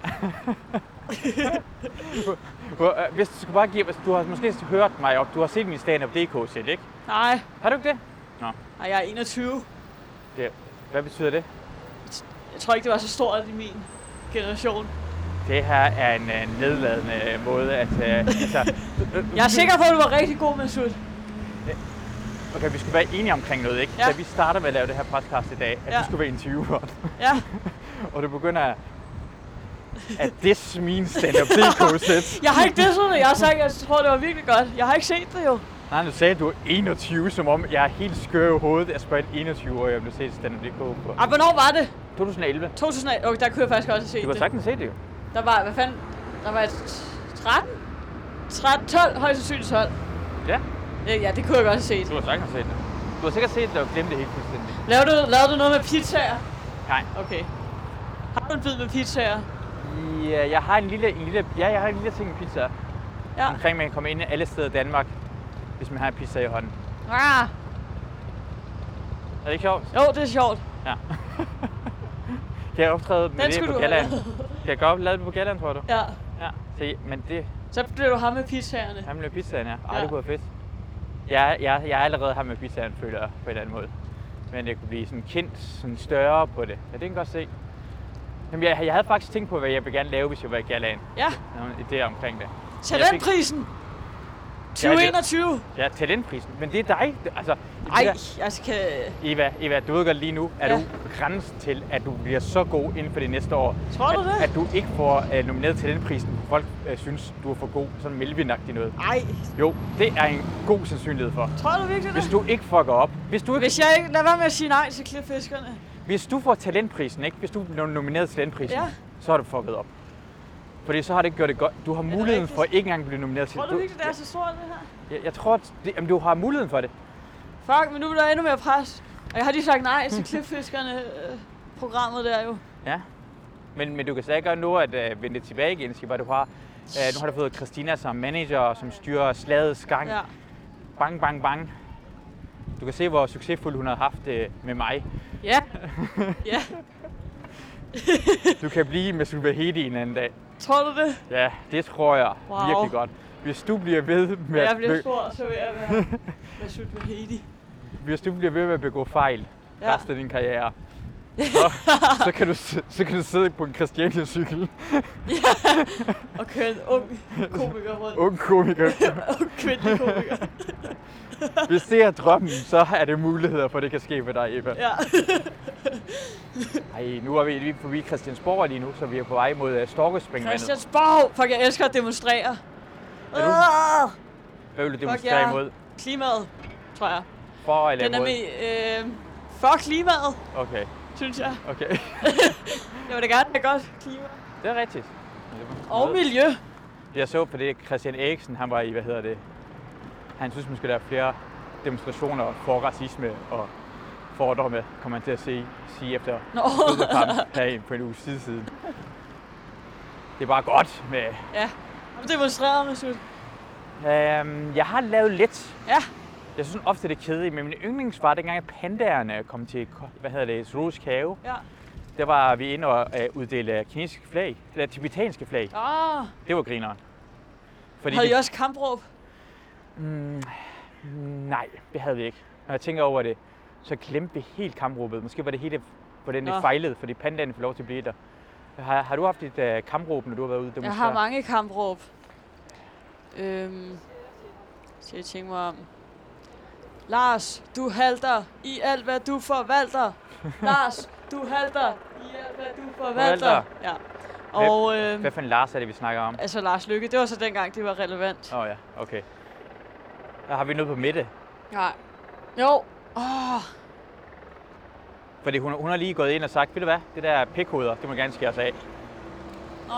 Hvis du skal bare give... Du har måske hørt mig op. Du har set min stand-up.dk set, ikke? Nej. Har du ikke det? Nå. Nej, jeg er 21. Hvad betyder det? Jeg tror ikke, det var så stort i min generation. Det her er en nedladende måde at... Jeg er sikker på, at du var rigtig god, Masud. Okay, vi skulle være enige omkring noget, ikke? Ja. Da vi starter med at lave det her podcast i dag, at du skulle være interviewer. Ja. Og du begynder at diss min stand-up.dk-sæt. Jeg har ikke disset det. Jeg har sagt, at jeg tror, det var virkelig godt. Jeg har ikke set det jo. Nej, du sagde, at du er 21, som om jeg er helt skør i hovedet. Jeg spørger en 21-årig, jeg blev set stand-up.dk på. Hvornår var det? 2011. 2011? Okay, der kunne jeg faktisk også have set det. Du har sagtens set det jo. Der var, hvad fanden? Der var et 13? 12? Højst sandsynligt 12. Ja. Ja, det kunne jeg godt have set. Du har sagtens set det. Du har sikkert set det og glemt det helt fuldstændig. Lavede du noget med pizzaer? Nej. Okay. Har du en bid med pizzaer? Ja, jeg har en lille ting med pizza. Ja. Omkring man kan komme ind alle steder i Danmark, hvis man har en pizza i hånden. Ah. Er det ikke sjovt? Jo, det er sjovt. Ja. Kan jeg optræde med det på Gallaen? Kan jeg godt lave det på Gallaen, tror du? Ja. Ja. Men det... Så bliver du ham med pizzaerne. Ham med pizzaen, ja. Ej, det kunne være fedt. Jeg er allerede ham med pizzaen, føler jeg, på en eller anden måde. Men jeg kunne blive sådan kendt, sådan større på det. Ja, det kan jeg godt se. Jamen, jeg havde faktisk tænkt på, hvad jeg ville gerne lave, hvis jeg var i Gallaen. Ja. Nogle idéer omkring det. Talentprisen! 2021! Ja, talentprisen. Men det er dig. Altså, jeg skal... Eva, du ved godt lige nu, er du grænsen til, at du bliver så god inden for det næste år. Tror du det? At du ikke får nomineret talentprisen. Folk synes, du er for god. Sådan Melvin-agtig noget. Nej. Jo, det er en god sandsynlighed for. Tror du virkelig det? Hvis du ikke fucker op. Hvis jeg ikke... Lad være med at sige nej til klipfiskerne. Hvis du får talentprisen, ikke? Hvis du bliver nomineret til talentprisen, så har du fucket op. Fordi så har det ikke gjort det godt. Du har muligheden for ikke engang at blive nomineret til. Tror du virkelig, det er så stort, det her? Jeg tror, at du har muligheden for det. Fuck, men nu vil der endnu mere pres. Og jeg har lige sagt nej til klipfiskerne programmet der jo. Ja, men du kan stadig gøre noget at vende tilbage igen, Skipper. Nu har du fået Christina som manager, som styrer slagets gang. Ja. Bang, bang, bang. Du kan se, hvor succesfuld hun har haft med mig. Ja. Ja. Du kan blive med Vahedi en anden dag. Tror du det? Ja, det tror jeg virkelig godt. Hvis du bliver ved med jeg bliver stor, så vil jeg være med Vahedi. Hvis du bliver ved med at begå fejl resten af din karriere, så kan du sidde på en Christiania-cykel. Ja, og køre en ung komiker rundt. Ung komiker. Ung kvindelig komiker. Hvis det er drømmen, så er det muligheder for, at det kan ske med dig, Eva. Ja. Ej, nu er vi lige forbi Christiansborg lige nu, så vi er på vej mod Storkespringvandet. Christiansborg! Fuck, jeg elsker at demonstrere. Hvad vil du demonstrere imod? Klimaet, tror jeg. For eller imod? For klimaet. Okay. Synes jeg. Okay. Jeg vil da gerne have godt klima. Det er rigtigt. Og miljø. Jeg så på det, Christian Eriksen, han var i, han synes, man skulle lave flere demonstrationer for racisme og fordomme, kommer man til at sige efter fodboldkamp her på en uges tid siden. Det er bare godt med... Ja, har du demonstreret, Masud? Jeg har lavet lidt. Ja. Jeg synes ofte, det er kedeligt, men min yndlings var dengang, at pandaerne kom til, Zoologisk Have. Ja. Der var vi inde og uddele kinesiske flag, eller tibetanske flag. Det var grineren. Havde I også kampråb? Nej, det havde vi ikke. Når jeg tænker over det, så glemte vi helt kampråbet. Måske var det helt, hvordan det fejlede, fordi pandaerne får lov til at blive der. Har du haft et kampråb, når du har været ude og demonstrere? Jeg har mange kampråb. Så jeg tænker mig om. Lars, du halter i alt, hvad du forvalter. Lars, du halter i alt, hvad du forvalter. Ja. Og, hvad for en Lars er det, vi snakker om? Altså Lars Lykke. Det var så dengang, det var relevant. Ja, okay. Har vi noget på midte? Nej. Jo. Fordi hun har lige gået ind og sagt, ved du hvad, det der pikhoveder, det må gerne skæres af. Ja.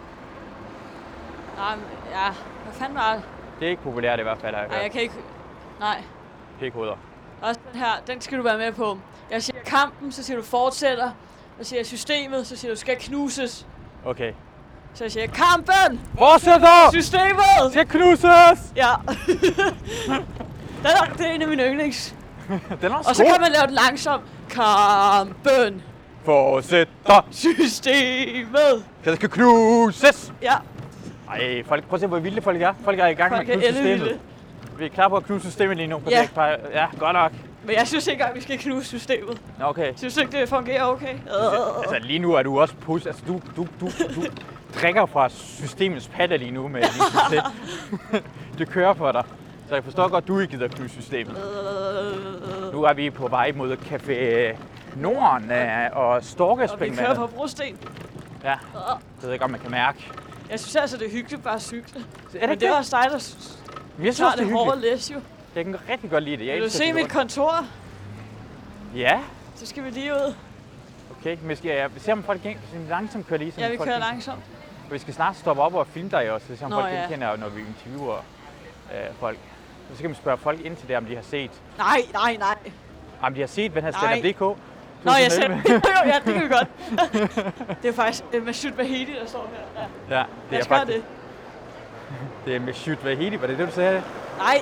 Nej, ja. Hvad fanden var det? Det er ikke populært i hvert fald, har jeg hørt. Nej, jeg kan ikke... Nej. Pikhoveder. Også den her, den skal du være med på. Jeg siger kampen, så siger du fortsætter. Jeg siger systemet, så siger du skal knuses. Okay. Så jeg siger kampen! Fortsætter! Systemet! Skal knuses! Ja. Det er en af mine yndlings. Den er og så kan man lave den langsomt. Kampen! Fortsætter! Systemet! Det skal knuses! Ja. Ej, prøv at se, hvor vilde folk er. Folk er i gang med at knuse systemet. Vi er klar på at knuse systemet lige nu. Ja. Ja, godt nok. Men jeg synes ikke engang, vi skal knuse systemet. Okay. Synes du ikke, det fungerer okay? Altså lige nu er du også pus. Altså du drikker fra systemets patter lige nu med din system. Det kører for dig. Så jeg forstår godt, at du ikke gider knuse systemet. Nu er vi på vej mod Café Norden og Storkespringvandet. Og vi kører på brosten. Ja, det ved jeg godt, man kan mærke. Jeg synes altså, det er hyggeligt bare at cykle. Men det var også dig, der tager det hårde læs jo. Jeg kan rigtig godt lide det. Vil du se mit kontor? Ja. Så skal vi lige ud. Okay, men skal jeg se om folk langsomt kører lige. Ja, vi kører langsomt. Vi skal snart stoppe op og filme dig også, så om folk genkender, når vi interviewer folk. Så kan man spørge folk ind til det, om de har set. Nej. Om de har set, hvad han stand-up.dk. Nå, jeg selv. Ja, det kan vi godt. Det er faktisk Masud Vahedi, der står her. Ja, det er faktisk. Det er Masud Vahedi, var det du sagde? Nej.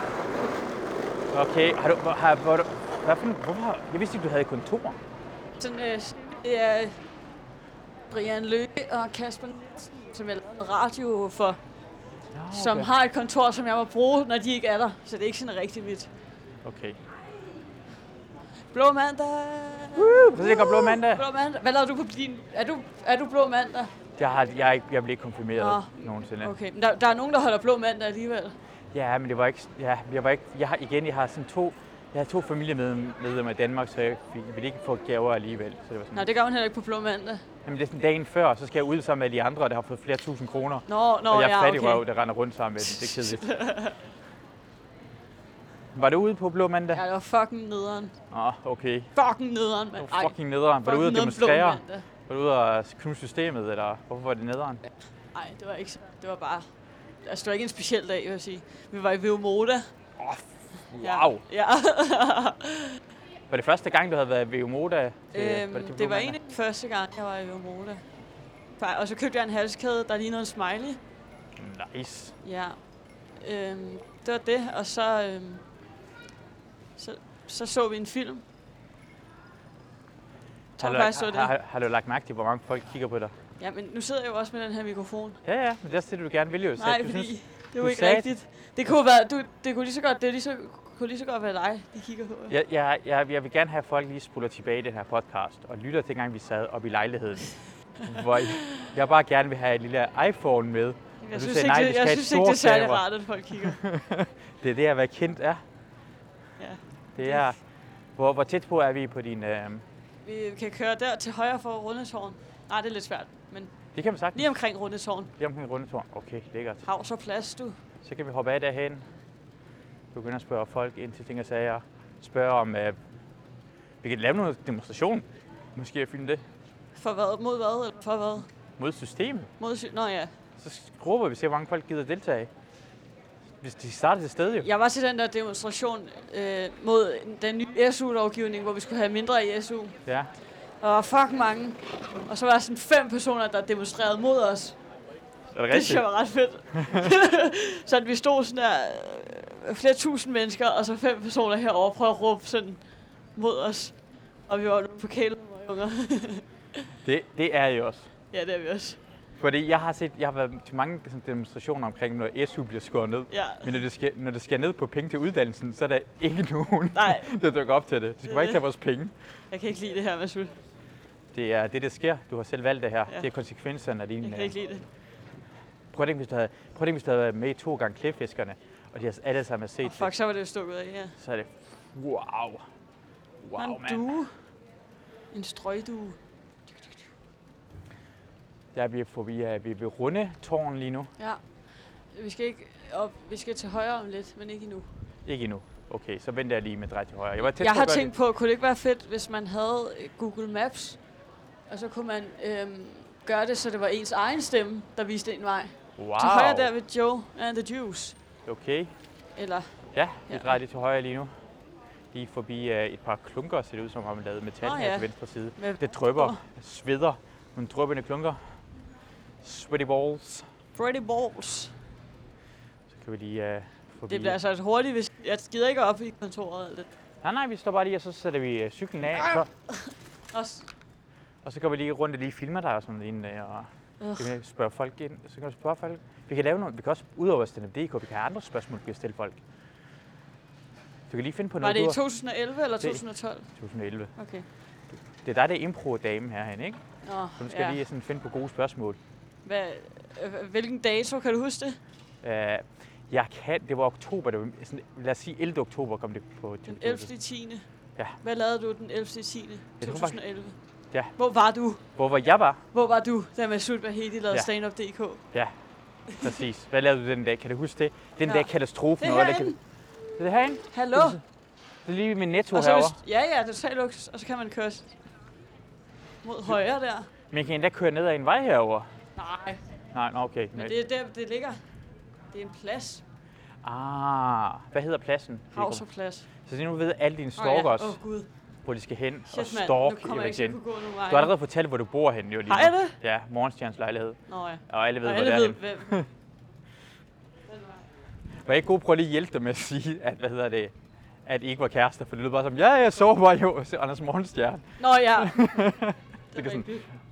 Okay, hvorfor? Jeg vidste ikke, du havde et kontor. Sådan, det er Brian Løkke og Kasper Nielsen, som jeg lavede radio for. Okay. Som har et kontor, som jeg må bruge, når de ikke er der. Så det er ikke sådan rigtig vidt. Okay. Blå mandag! Så det går blå mandag? Blå mandag. Hvad lavede du på din... Er du blå mandag? Jeg blev ikke konfirmeret nogensinde. Okay, men der er nogen, der holder blå mandag alligevel. Ja, men det var ikke... Ja, jeg har sådan jeg har 2 familiemedlemmer i Danmark, så jeg vil ikke få gaver alligevel. Så det var sådan, Nej, det gør man heller ikke på Blå Mandag. Jamen, det er sådan dagen før, så skal jeg ud sammen med de andre, der har fået flere tusind kroner. Nå, og jeg er fattig okay. røv, der render rundt sammen med det. Det er kedeligt. Var du ude på Blå Mandag? Ja, det var fucking nederen. Okay. Fucking nederen, mand. Fucking nederen. Var du ude at demonstrere? Var du ude at knuse systemet, eller hvorfor var det nederen? Nej, det var ikke så. Det var bare... Altså, det var ikke en speciel dag, vil jeg sige. Vi var i Veomoda. Wow. Ja. Var det første gang, du havde været i Veomoda? Det var egentlig første gang, jeg var i Veomoda. Og så købte jeg en halskæde, der lignede en smiley. Nice. Ja. Det var det, og så vi en film. Har du lagt mærke til, hvor mange folk kigger på dig? Ja, men nu sidder jeg jo også med den her mikrofon. Ja, men det er det, du gerne vil jo. Nej, fordi det er jo ikke rigtigt. Det kunne være, det kunne lige så godt være dig, de kigger på. Jeg vil gerne have, at folk lige spoler tilbage i den her podcast og lytter til, gang vi sad oppe i lejligheden. hvor jeg bare gerne vil have et lille iPhone med. Jeg synes ikke, det er særlig rart, at folk kigger. Det er det, at være kendt er. Ja. Det er... Hvor tæt på er vi på din... Vi kan køre der til højre for Rundetårn. Nej, det er lidt svært, men... Det kan vi sagtens. Lige omkring Rundetårn. Lige omkring Rundetårn. Okay, lækkert. Havs og plads, du. Så kan vi hoppe af derhen. Begynder at spørge folk ind til ting og sager. Spørge om... vi kan lave noget demonstration. Måske at filme det. For hvad? Mod hvad? Eller for hvad? Mod systemet. Nå ja. Så grupper vi ser, hvor mange folk gider deltage. Hvis de starter til sted jo. Jeg var til den der demonstration mod den nye SU-lovgivning, hvor vi skulle have mindre i SU. Ja. Og der var fucking mange. Og så var der sådan 5 personer, der demonstrerede mod os. Er det rigtigt? Det synes jeg var ret fedt. Så at vi stod sådan der, flere tusind mennesker, og så 5 personer herovre prøvede at råbe sådan mod os. Og vi var nogle på kælerunger. Det er jo også. Ja, det er vi også. Fordi jeg har været til mange sådan, demonstrationer omkring, når SU bliver skåret ned. Ja. Men når det skal ned på penge til uddannelsen, så er der ikke nogen, der dukker op til det. De skal bare ikke tage vores penge. Jeg kan ikke lide det her, Masoud. Det er det, der sker. Du har selv valgt det her. Ja. Det er konsekvenserne af dine... Jeg kan ikke lide det. Prøv at tænke, hvis du havde været med i 2 gange Klipfiskerne, og de har alle sammen set fuck, så var det jo stukket af, ja. Så er det... Wow, en due. En strøgdue. Der bliver vi er ved Rundetårn lige nu. Ja. Vi skal ikke op. Vi skal til højre om lidt, men ikke endnu. Ikke endnu. Okay, så venter jeg lige med drej til højre. Jeg har tænkt på, kunne det ikke være fedt, hvis man havde Google Maps, og så kunne man gøre det, så det var ens egen stemme, der viste en vej. Wow. Til højre der ved Joe and the Juice. Okay. Eller... Ja, vi drejer lige til højre lige nu. Lige forbi et par klunker, ser det ud som, har man lavet metal her til venstre side. Det drypper, sveder, nogle dryppende klunker. Sweaty balls. Sweaty balls. Så kan vi lige forbi... Det bliver altså hurtigt, hvis... Jeg gider ikke op i kontoret eller det. Nej, vi står bare lige, og så sætter vi cyklen af. Og så går vi lige rundt og lige filmer dig og sådan lignende, og så kan vi spørge folk ind. Så kan vi spørge folk. Vi kan lave noget, vi kan også, udover stand-up.dk, vi kan have andre spørgsmål, vi kan stille folk. Du kan lige finde på noget. Var det i 2011 eller 2012? 2011. Okay. Det er dig, der er impro-dame herhen, ikke? Nå, så du skal lige sådan finde på gode spørgsmål. Hvilken dato, kan du huske det? Jeg kan, det var oktober, det var sådan, lad os sige 11. oktober kom det på. Den 11. 10. Ja. Hvad lavede du den 11. 10. 2011? Ja. Hvor var du? Hvor jeg var? Hvor var du, da Masoud Vahedi lavede stand-up.dk? Ja, præcis. Hvad lavede du den dag? Kan du huske det? Den dag katastrofen. Det er herinde. Det er herinde? Hallo? Det er lige med Netto herovre. Ja, det er totalt luksus, og så kan man køre mod højre der. Men jeg kan endda køre ned ad en vej herover. Nej, okay. Men det er der, det ligger. Det er en plads. Hvad hedder pladsen? Havs og plads. Så nu ved alle dine stalkers, hvor de skal hen og stalk igen. Du har allerede fortalt, hvor du bor henne jo lige nu. Har jeg det? Ja, Morgenstjerns lejlighed. Nå ja. Og alle ved, hvor det er henne. Var jeg ikke god på at lige hjælpe dig med at sige, at, at I ikke var kærester? For det lød bare som, jeg så bare jo Anders Morgenstjerne. Nå ja. Det kan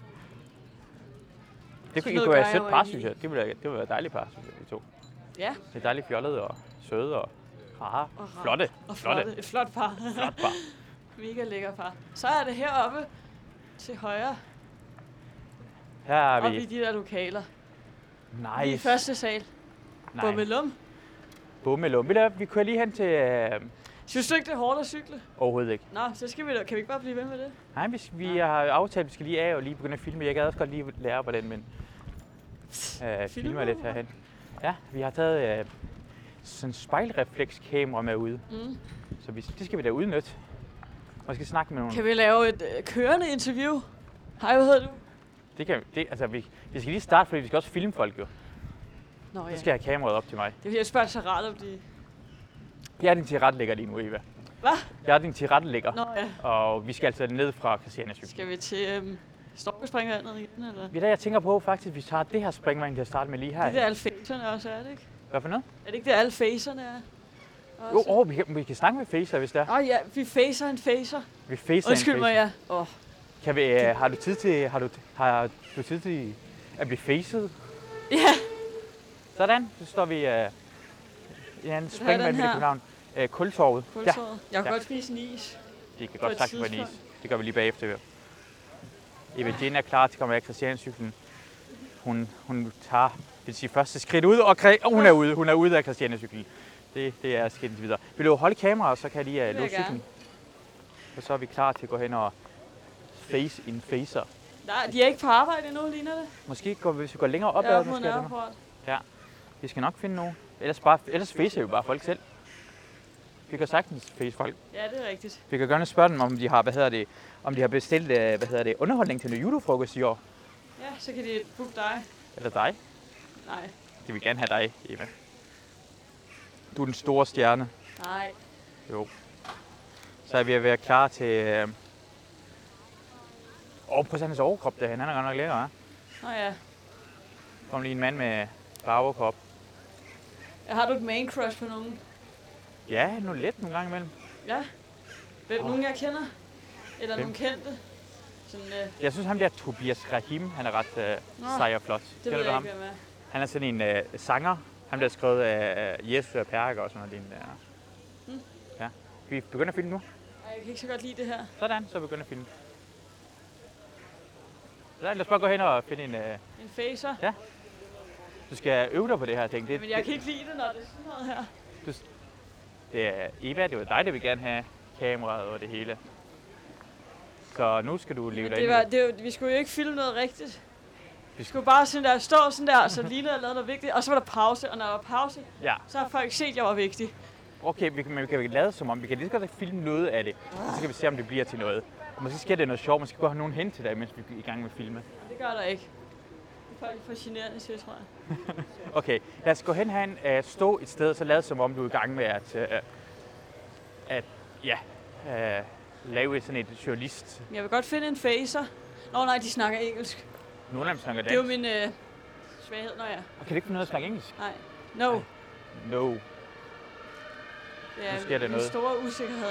det kunne være et sødt par, synes jeg. Det ville være et dejligt par, synes jeg, de to. Ja. Det er dejligt fjollet og søde og rare. Flotte. Et flot par. Flot par. Mega lækker par. Så er det heroppe til højre. Her er vi. Oppe i de der lokaler. Nice. I første sal. Bummelum. Bummelum. Vi kører lige hen til... Synes du ikke, det er hårdt at cykle? Overhovedet ikke. Nå, så skal vi da. Kan vi ikke bare blive ved med det? Nej, vi har aftalt, at vi skal lige af og lige begynde at filme. Jeg kan også godt lige lære på den, men... filmer lidt herhen. Ja, vi har taget sådan en spejlreflekskamera med ude. Så det skal vi da udnytte. Måske snakke med nogen. Kan vi lave et kørende interview? Hej, hvad hedder du? Det kan vi skal lige starte, fordi vi skal også filme folk jo. Nå, ja. Så skal jeg have kameraet op til mig. Det er fordi, jeg spørger så ret om de... Jeg er din tilrettelægger lige nu, Eva. Hvad? Jeg er din tilrettelægger. Nå ja. Og vi skal altså ned fra Christiania Cykel. Skal vi til Storkespringvandet igen, eller? Ja, jeg tænker på faktisk, at vi tager det her springvand til at starte med lige her. Det er alle facerne også, er det ikke? Hvad for noget? Er det ikke det, alle facerne er? Jo, vi kan snakke med facer, hvis det er. Ja, vi facer en facer. Vi facer en facer. Undskyld mig, ja. Kan vi, har du tid til at blive facet? Ja. Sådan, så står vi i en springvand midt i København. Kultorvet. Ja. Jeg kan godt spise en is. Det kan godt sagtens være en is. Det gør vi lige bagefter. Eva Jane er klar til at komme af Christiania-cyklen. Hun tager første skridt ud, og hun er ude. Hun er ude af Christiania-cyklen. Det er skridt videre. Vil du holde kameraet, så kan jeg lige låse cyklen. Og så er vi klar til at gå hen og face en facer. Nej, de er ikke på arbejde endnu, ligner det. Måske hvis vi går længere opad. Ja, vi skal nok finde nogen. Ellers facer vi bare folk selv. Vi kan sagtens face folk. Ja, det er rigtigt. Vi kan gerne spørge dem, om de har, om de har bestilt underholdning til en julefrokost i år. Ja, så kan de booke dig. Eller dig. Nej. De vil gerne have dig, Eva. Du er den store stjerne. Nej. Jo. Så er vi ved at være klar til... på hans overkrop derhen. Han er godt nok lækker, hva'? Nå ja. Kom lige en mand med farvekrop. Har du et main crush på nogen? Ja, nu lidt nogle gange imellem. Ja. Nogen jeg kender? Eller nogen kendte? Sådan, Jeg synes ham der Tobias Rahim, han er ret sej og flot. Det ved jeg ikke, hvem er. Han er sådan en sanger. Han bliver skrevet af Jesper og Perker og sådan noget. Ja. Skal vi begynde at filme nu? Ej, jeg kan ikke så godt lide det her. Sådan, så begynder at filme. Lad os bare gå hen og finde en... En facer? Ja. Du skal øve dig på det her ting. Men jeg kan ikke lide det, når det er sådan noget her. Det er Eva, det var dig, der vil gerne have kameraet og det hele. Så nu skal du leve dig ind. Vi skulle jo ikke filme noget rigtigt. Vi skulle bare stå sådan der, så lige der lavede noget vigtigt. Og så var der pause, og når der var pause, så har folk set, at jeg var vigtig. Okay, vi kan lade som om, vi kan lige så godt filme noget af det. Så kan vi se, om det bliver til noget. Og måske sker det noget sjovt, måske går have nogen hen til dig, mens vi er i gang med at filme. Det gør der ikke. Det er folk for generende til, tror jeg. Okay, lad os gå hen herhen, stå et sted, så lad som om, du er i gang med at lave sådan et journalist. Jeg vil godt finde en facer. Nå nej, de snakker engelsk. Nogle af dem snakker dansk. Det er jo min svaghed, ja. Og kan du ikke finde noget at snakke engelsk? Nej. No. No. Det er min store usikkerhed.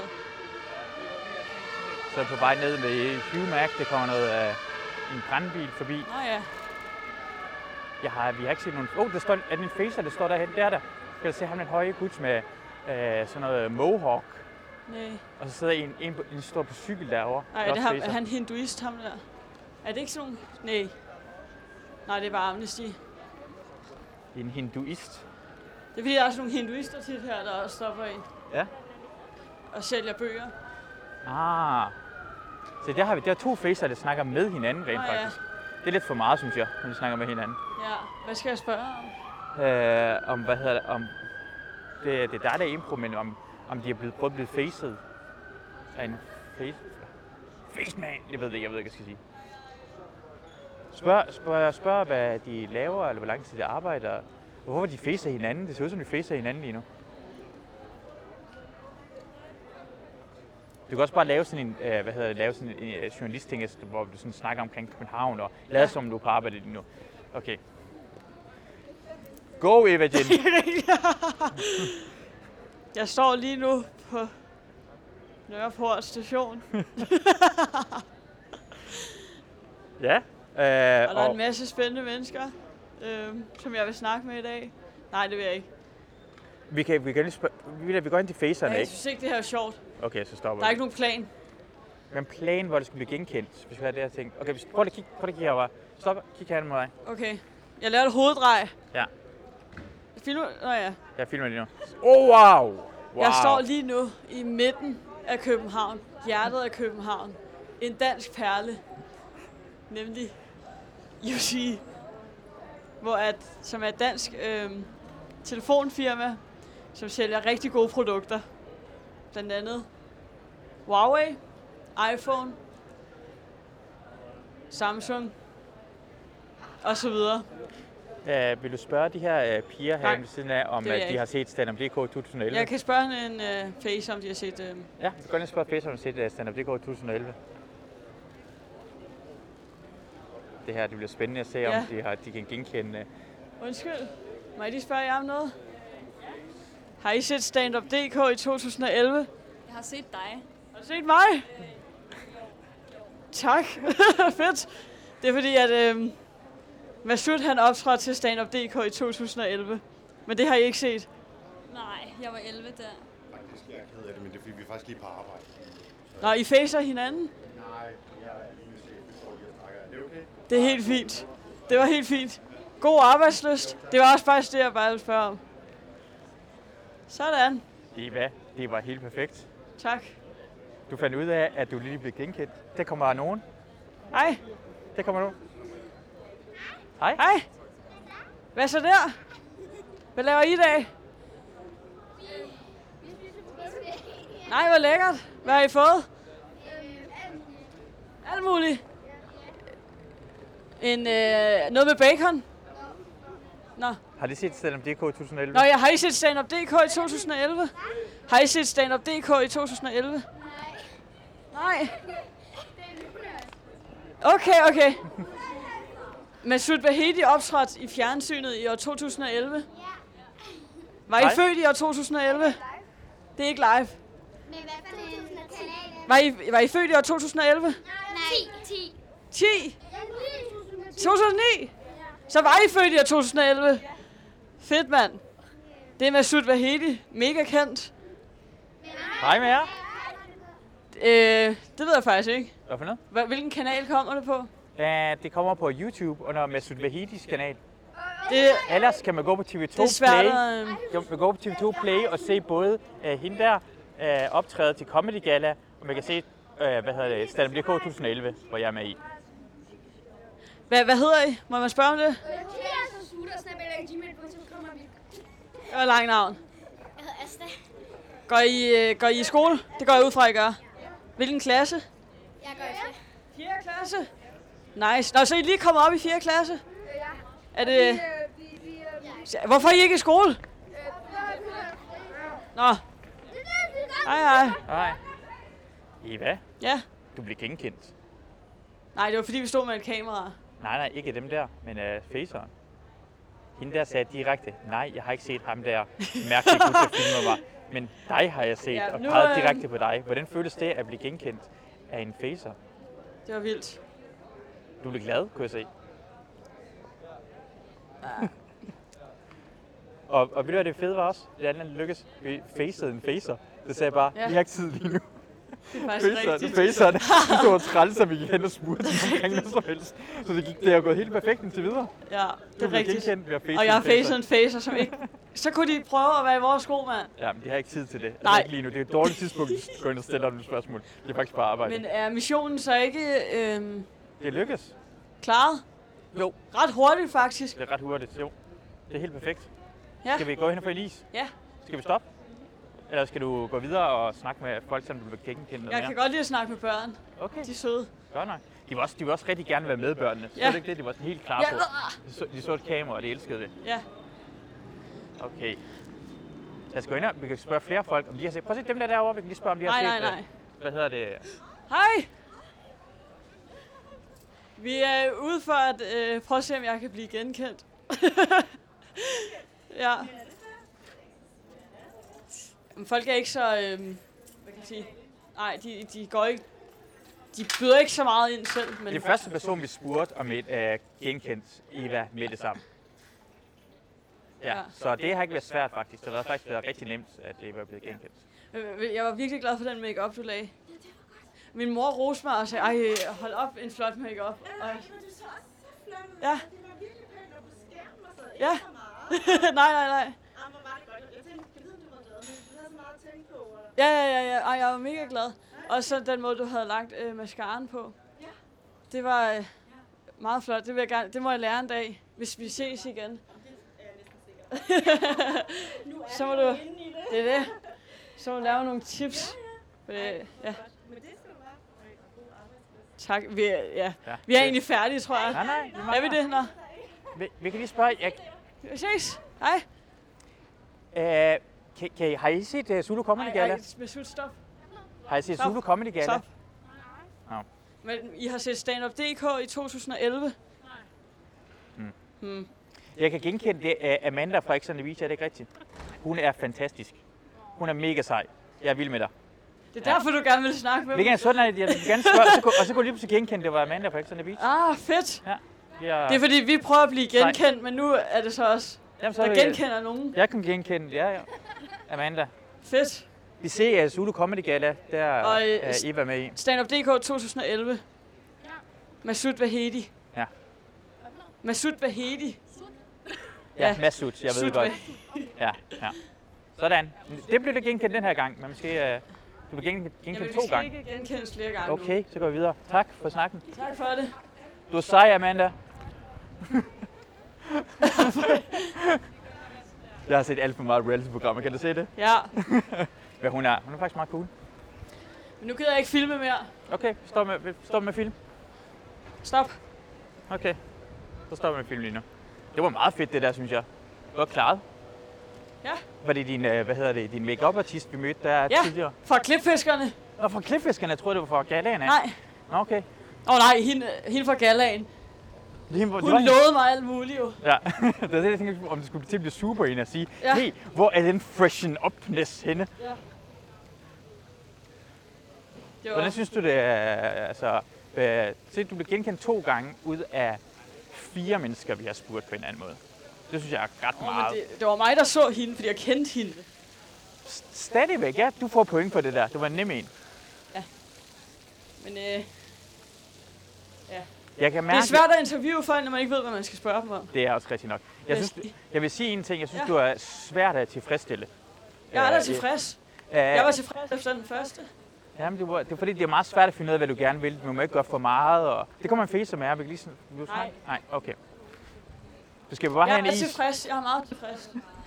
Så er på vej ned med Hugh Mac, der kommer en brandbil forbi. Nå ja. Vi har ikke set nogen... der står, er det en facer, der står derhen? Der. Skal du se ham, den høje gut med sådan noget mohawk? Nej. Og så sidder en står på cykel derovre. Nej, er han hinduist, ham der? Er det ikke sådan nogen... Nej, det er bare Amnesty. En hinduist? Det er fordi, der er sådan nogle hinduister tit her, der også stopper ind. Ja. Og sælger bøger. Så der har vi 2 facer, der snakker med hinanden rent faktisk. Det er lidt for meget, synes jeg, når de snakker med hinanden. Ja, hvad skal jeg spørge om? Det er dig, der er impro, men om de er blevet facet af en faceman. Jeg ved ikke, hvad jeg skal sige. Spørg, hvad de laver, eller hvor lang tid de arbejder. Hvorfor de facer hinanden? Det ser ud som, de facer hinanden lige nu. Du kan også bare lave sådan en, journalistting, hvor du sådan snakker omkring København og lader som, du er på arbejde lige nu. Okay. Go, Eva Jane. Jeg står lige nu på Nørreport station. Ja. Og der er en masse spændende mennesker, som jeg vil snakke med i dag. Nej, det vil jeg ikke. Vi kan lige går ind til facerne, ikke? Jeg synes ikke, det her er sjovt. Okay, så stopper Der er ikke nogen plan. Men plan, hvor det skulle blive genkendt, hvis vi havde det her ting. Okay, prøv at kigge herovre. Stop, kig her mod dig. Okay. Jeg laver et hoveddrej. Ja. ja. Jeg filmer lige nu. Wow! Jeg står lige nu i midten af København. Hjertet af København. En dansk perle. Nemlig UC. Som er et dansk telefonfirma, som sælger rigtig gode produkter. Blandt andet Huawei, iPhone, Samsung og så videre. Vil du spørge de her piger her ved siden af, om de har set Stand Up DK 2011? Jeg kan spørge en Face, om de har set... Ja, du kan godt spørge Face, om de har set Stand Up DK 2011. Det her, det bliver spændende at se, om de kan genkende... Undskyld, må jeg lige spørge jer om noget? Har I set Stand Up DK i 2011? Jeg har set dig. Har du set mig? Tak. Fedt. Det er fordi, at Masud han optrådte til Stand Up DK i 2011. Men det har I ikke set? Nej, jeg var 11 der. Faktisk, jeg er ked af det, men det er fordi, vi er faktisk lige på arbejde. Nå, I facer hinanden? Nej, jeg er lige med chef, vi står lige og snakker. Er det okay? Det er helt fint. Det var helt fint. God arbejdslyst. Det var også faktisk det, jeg bare ville spørge om. Sådan. Eva, det var helt perfekt. Tak. Du fandt ud af, at du lige blev genkendt. Der kommer nogen. Hej. Der kommer nogen. Hej. Hej. Hvad så der? Hvad laver I i dag? Nej, hvor lækkert. Hvad har I fået? Alt muligt. Noget med bacon? Nå. Har de set Stand Up DK 2011? Nå, har I set Stand Up DK i 2011? Har I set Stand Up DK i 2011? Nej. Okay. Masud Vahedi optrådte i fjernsynet i år 2011. Var I født i år 2011? Det er ikke live. Men hvad for en kanal? Var I født i år 2011? Nej, 10. 10? 2009? Så var I født i år 2011? Fedt, mand. Det er Masud Vahedi. Mega kendt. Hej med jer. Det ved jeg faktisk ikke. Hvad for noget? Hvilken kanal kommer det på? Det kommer på YouTube under Masud Vahedis kanal. Ellers kan man gå på TV2 det er svært Play. Man kan gå på TV2 Play og se både hende der optræde til Comedy Gala, og man kan se Stand Up DK 2011, hvor jeg er med i. Hvad hedder I? Må man spørge om det? Det var et langt navn. Jeg hedder Asta. Går I i skole? Det går jeg ud fra, I gør. Hvilken klasse? Jeg går i 4. klasse. Nice. Nå, så I er lige kommet op i 4. klasse? Er det... Hvorfor er I ikke i skole? Nå. Hej. Hej. Eva, Ja. du bliver genkendt. Nej, det var fordi, vi stod med et kamera. Nej, ikke dem der, men faceren. Hende der sagde direkte, nej, jeg har ikke set ham der mærkelige gut, der filmer mig. Men dig har jeg set, Ja, og nu, peget direkte på dig. Hvordan føles det at blive genkendt af en facer? Det var vildt. Du blev glad, kunne jeg se. Ja. og ved du hvad det fede var også? Det andet lykkes. Vi facede en facer. Det sagde bare, vi har ikke tid lige nu. Det er faktisk rigtigt. Faceren, det stod træls, så vi gik hen og spurgte omkring noget som helst. Så det er gået helt perfekt indtil videre. Ja, det er rigtigt. Og jeg har facet en facer, som ikke... Så kunne de prøve at være i vores sko, mand. Ja, men de har ikke tid til det. Nej. Altså, ikke lige nu. Det er et dårligt tidspunkt, at gå ind og stille op et spørgsmål. Det er faktisk bare arbejde. Men er missionen så ikke Det lykkes. klaret? Jo. Ret hurtigt, faktisk. Det er ret hurtigt, jo. Det er helt perfekt. Ja. Skal vi gå hen og få en is? Ja. Skal vi stoppe? Eller skal du gå videre og snakke med folk, som du vil genkendt Jeg kan godt lide at snakke med børn. Okay. De er søde. Godt nok. De vil også rigtig gerne være med, børnene. Så Ja. det ikke det? De var sådan helt klar på. De så et kamera, og de elskede det. Ja. Okay. Lad os gå ind og vi kan spørge flere folk, om de har set. Prøv at se dem der derovre, vi kan lige spørge, om de har set. Nej. Hvad hedder det? Hej! Vi er ude for at prøve at se, om jeg kan blive genkendt. Ja. Men folk er ikke så, hvad kan jeg sige? Nej, de går ikke, de byder ikke så meget ind selv. Men Det er første person, vi spurgte om et genkendt Eva med det samme. Ja, så det har ikke været svært faktisk. Det har faktisk været rigtig nemt, at Eva er blevet genkendt. Jeg var virkelig glad for den make-up, du lagde. Min mor roste mig og sagde, ej, hold op, en flot make-up. Og... Ja. Ja. nej. Ja. Ej, jeg var mega glad. Og så den måde, du havde lagt mascaraen på. Ja. Det var meget flot. Det vil jeg gerne. Det må jeg lære en dag, hvis vi ses igen. Så må du... Det er det. Så må du lave nogle tips. Ja. Tak. Vi er egentlig færdige, tror jeg. Nej. Er vi det? Nå. Vi kan lige spørge. Vi ses. Hej. Har I set Zulu Comedy Gala? Stop. Har I set Zulu Comedy Gala? Stop. No. Men I har set Stand Up DK i 2011? Jeg kan genkende det af Amanda fra X on the Beach, er det ikke rigtigt? Hun er fantastisk. Hun er mega sej. Jeg er vild med dig. Det er derfor, du gerne vil snakke med mig. Jeg vil gerne spørge, og så kunne lige pludselig genkende, det var Amanda fra X on the Beach. Ah, fedt. Ja. Det er fordi, vi prøver at blive genkendt, men nu er det så også, der genkender nogen. Jeg kan genkende, ja. Amanda. Fedt. Vi ser Zulu Comedy Gala, der er Eva med i. Stand Up DK 2011. Ja. Masoud Vahedi. Ja. Masoud Vahedi. Ja, Masoud, jeg ved godt. Ja. Sådan. Det blev det genkendt den her gang, men måske du blev genkendt 2 gange. Jeg vil ikke genkendes flere gange. Okay, så går vi videre. Tak for snakken. Tak for det. Du er sej, Amanda. Jeg har set alt for meget reality-programmer, kan du se det? Ja. Hvad hun er faktisk meget cool. Men nu gider jeg ikke filme mere. Okay, stop med film. Stop. Okay, så stopper med film lige nu. Det var meget fedt det der, synes jeg. Godt klaret. Ja. Var det din, din make-up artist, vi mødte der tidligere? Fra Klipfiskerne. Nå, fra Klipfiskerne. Jeg troede, det var fra Galaen. Nej. Nå, okay. Nej, hende fra Galaen. Hun lovede mig alt muligt jo. Ja, det er det, jeg tænkte, om det skulle til at blive super en at sige, hey, hvor er den freshen upness henne? Ja. Hvordan synes du det er, du blev genkendt 2 gange ud af 4 mennesker, vi har spurgt på en anden måde. Det synes jeg er ret meget. Det var mig, der så hende, fordi jeg kendte hende. Stadigvæk, ja. Du får point på det der. Det var en nem en. Ja. Men jeg kan mærke, det er svært at interviewe folk, når man ikke ved, hvad man skal spørge dem om. Det er også rigtigt nok. Jeg vil sige en ting. Jeg synes, du er svært at tilfredsstille. Jeg er da tilfræds. Jeg var tilfreds efter den første. Jamen, det er fordi, det er meget svært at finde ud af, hvad du gerne vil. Du må ikke gøre for meget. Og det kommer en face med. Vil lige sådan, Nej, okay. Du skal bare have en is. Jeg er tilfreds. Jeg er meget tilfreds.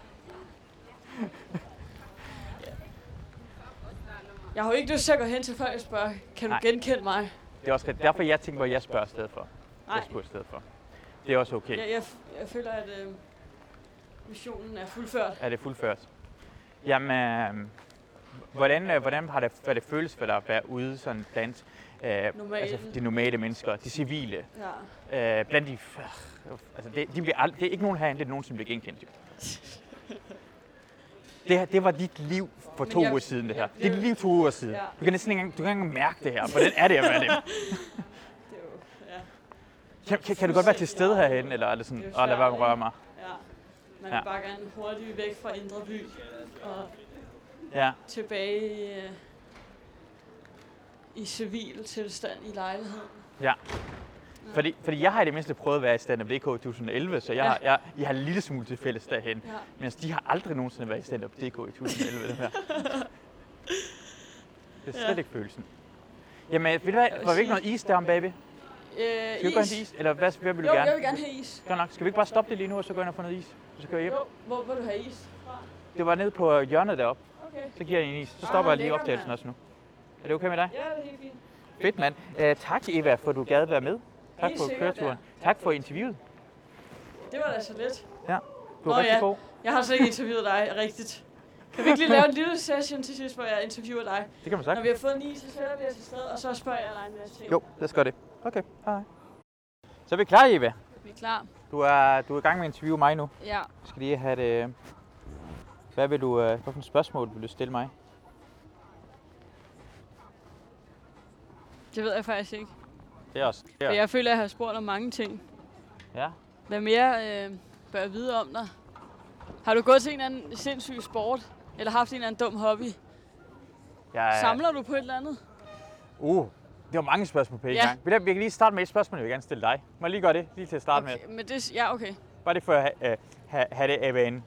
Jeg har jo ikke lyst til at gå hen til folk og spørge, kan du genkende mig? Det er også derfor, jeg tænker, hvor jeg spørger stedet for. Nej. Jeg spørger stedet for. Det er også okay. Jeg føler, at missionen er fuldført. Er det fuldført? Jamen, hvordan har det føles for dig at være ude sådan blandt de normale mennesker, de civile? Ja. Blandt de... Altså, det er ikke nogen herinde, det er nogen, som bliver genkendt. Det var dit liv for 2 uger siden, det her. Det er dit liv 2 uger siden. Ja. Du kan næsten ikke engang mærke det her. Hvordan er det at være det? Kan du godt være til stede herhen, eller er det sådan, lad være med at røre mig? Ja, man vil bare gerne hurtigt væk fra Indre By og tilbage i civil tilstand i lejligheden. Ja. Fordi jeg har i det mindste prøvet at være i Stand Up DK i 2011, så jeg har en lille smule til fælles derhen. Ja. Mens de har aldrig nogensinde været i Stand Up DK i 2011. Det her. Det er slet ikke følelsen. Jamen, ved du hvad? Var vi ikke noget is der om, baby? Skal vi gå hen til is? Eller hvad vil du gerne? Jeg vil gerne have is. Godt nok. Skal vi ikke bare stoppe det lige nu, og så gå ind og få noget is? Så kører jeg hjem. Hvor vil du have is fra? Det var nede på hjørnet deroppe. Okay. Så giver jeg en is. Så stopper jeg lige opdagelsen også nu. Er det okay med dig? Ja, det er helt fint. Fedt, mand. Tak, Eva, for at du gad være med. Tak for køreturen. Tak for interviewet. Det var da så let. Ja, du er rigtig god. Jeg har slet ikke interviewet dig rigtigt. Kan vi ikke lige lave en lille session til sidst, hvor jeg interviewer dig? Det kan man sagt. Når vi har fået en is, så sætter vi os i stedet, og så spørger jeg dig en masse ting. Jo, lad os gøre det. Okay, hej. Så er vi klar, Eva? Vi er klar. Du er i gang med at interviewe mig nu. Ja. Jeg skal lige have det. Hvad for et spørgsmål vil du stille mig? Det ved jeg faktisk ikke. Det er også. For jeg føler, at jeg har spurgt om mange ting. Ja. Hvad mere bør jeg vide om dig? Har du gået til en eller anden sindssyg sport? Eller haft en eller anden dum hobby? Samler du på et eller andet? Det var mange spørgsmål på en gang. Jeg kan lige starte med et spørgsmål, jeg vil gerne stille dig. Må jeg lige gøre det? Lige til at starte med. Men det, ja, okay. bare det for at have det af banen.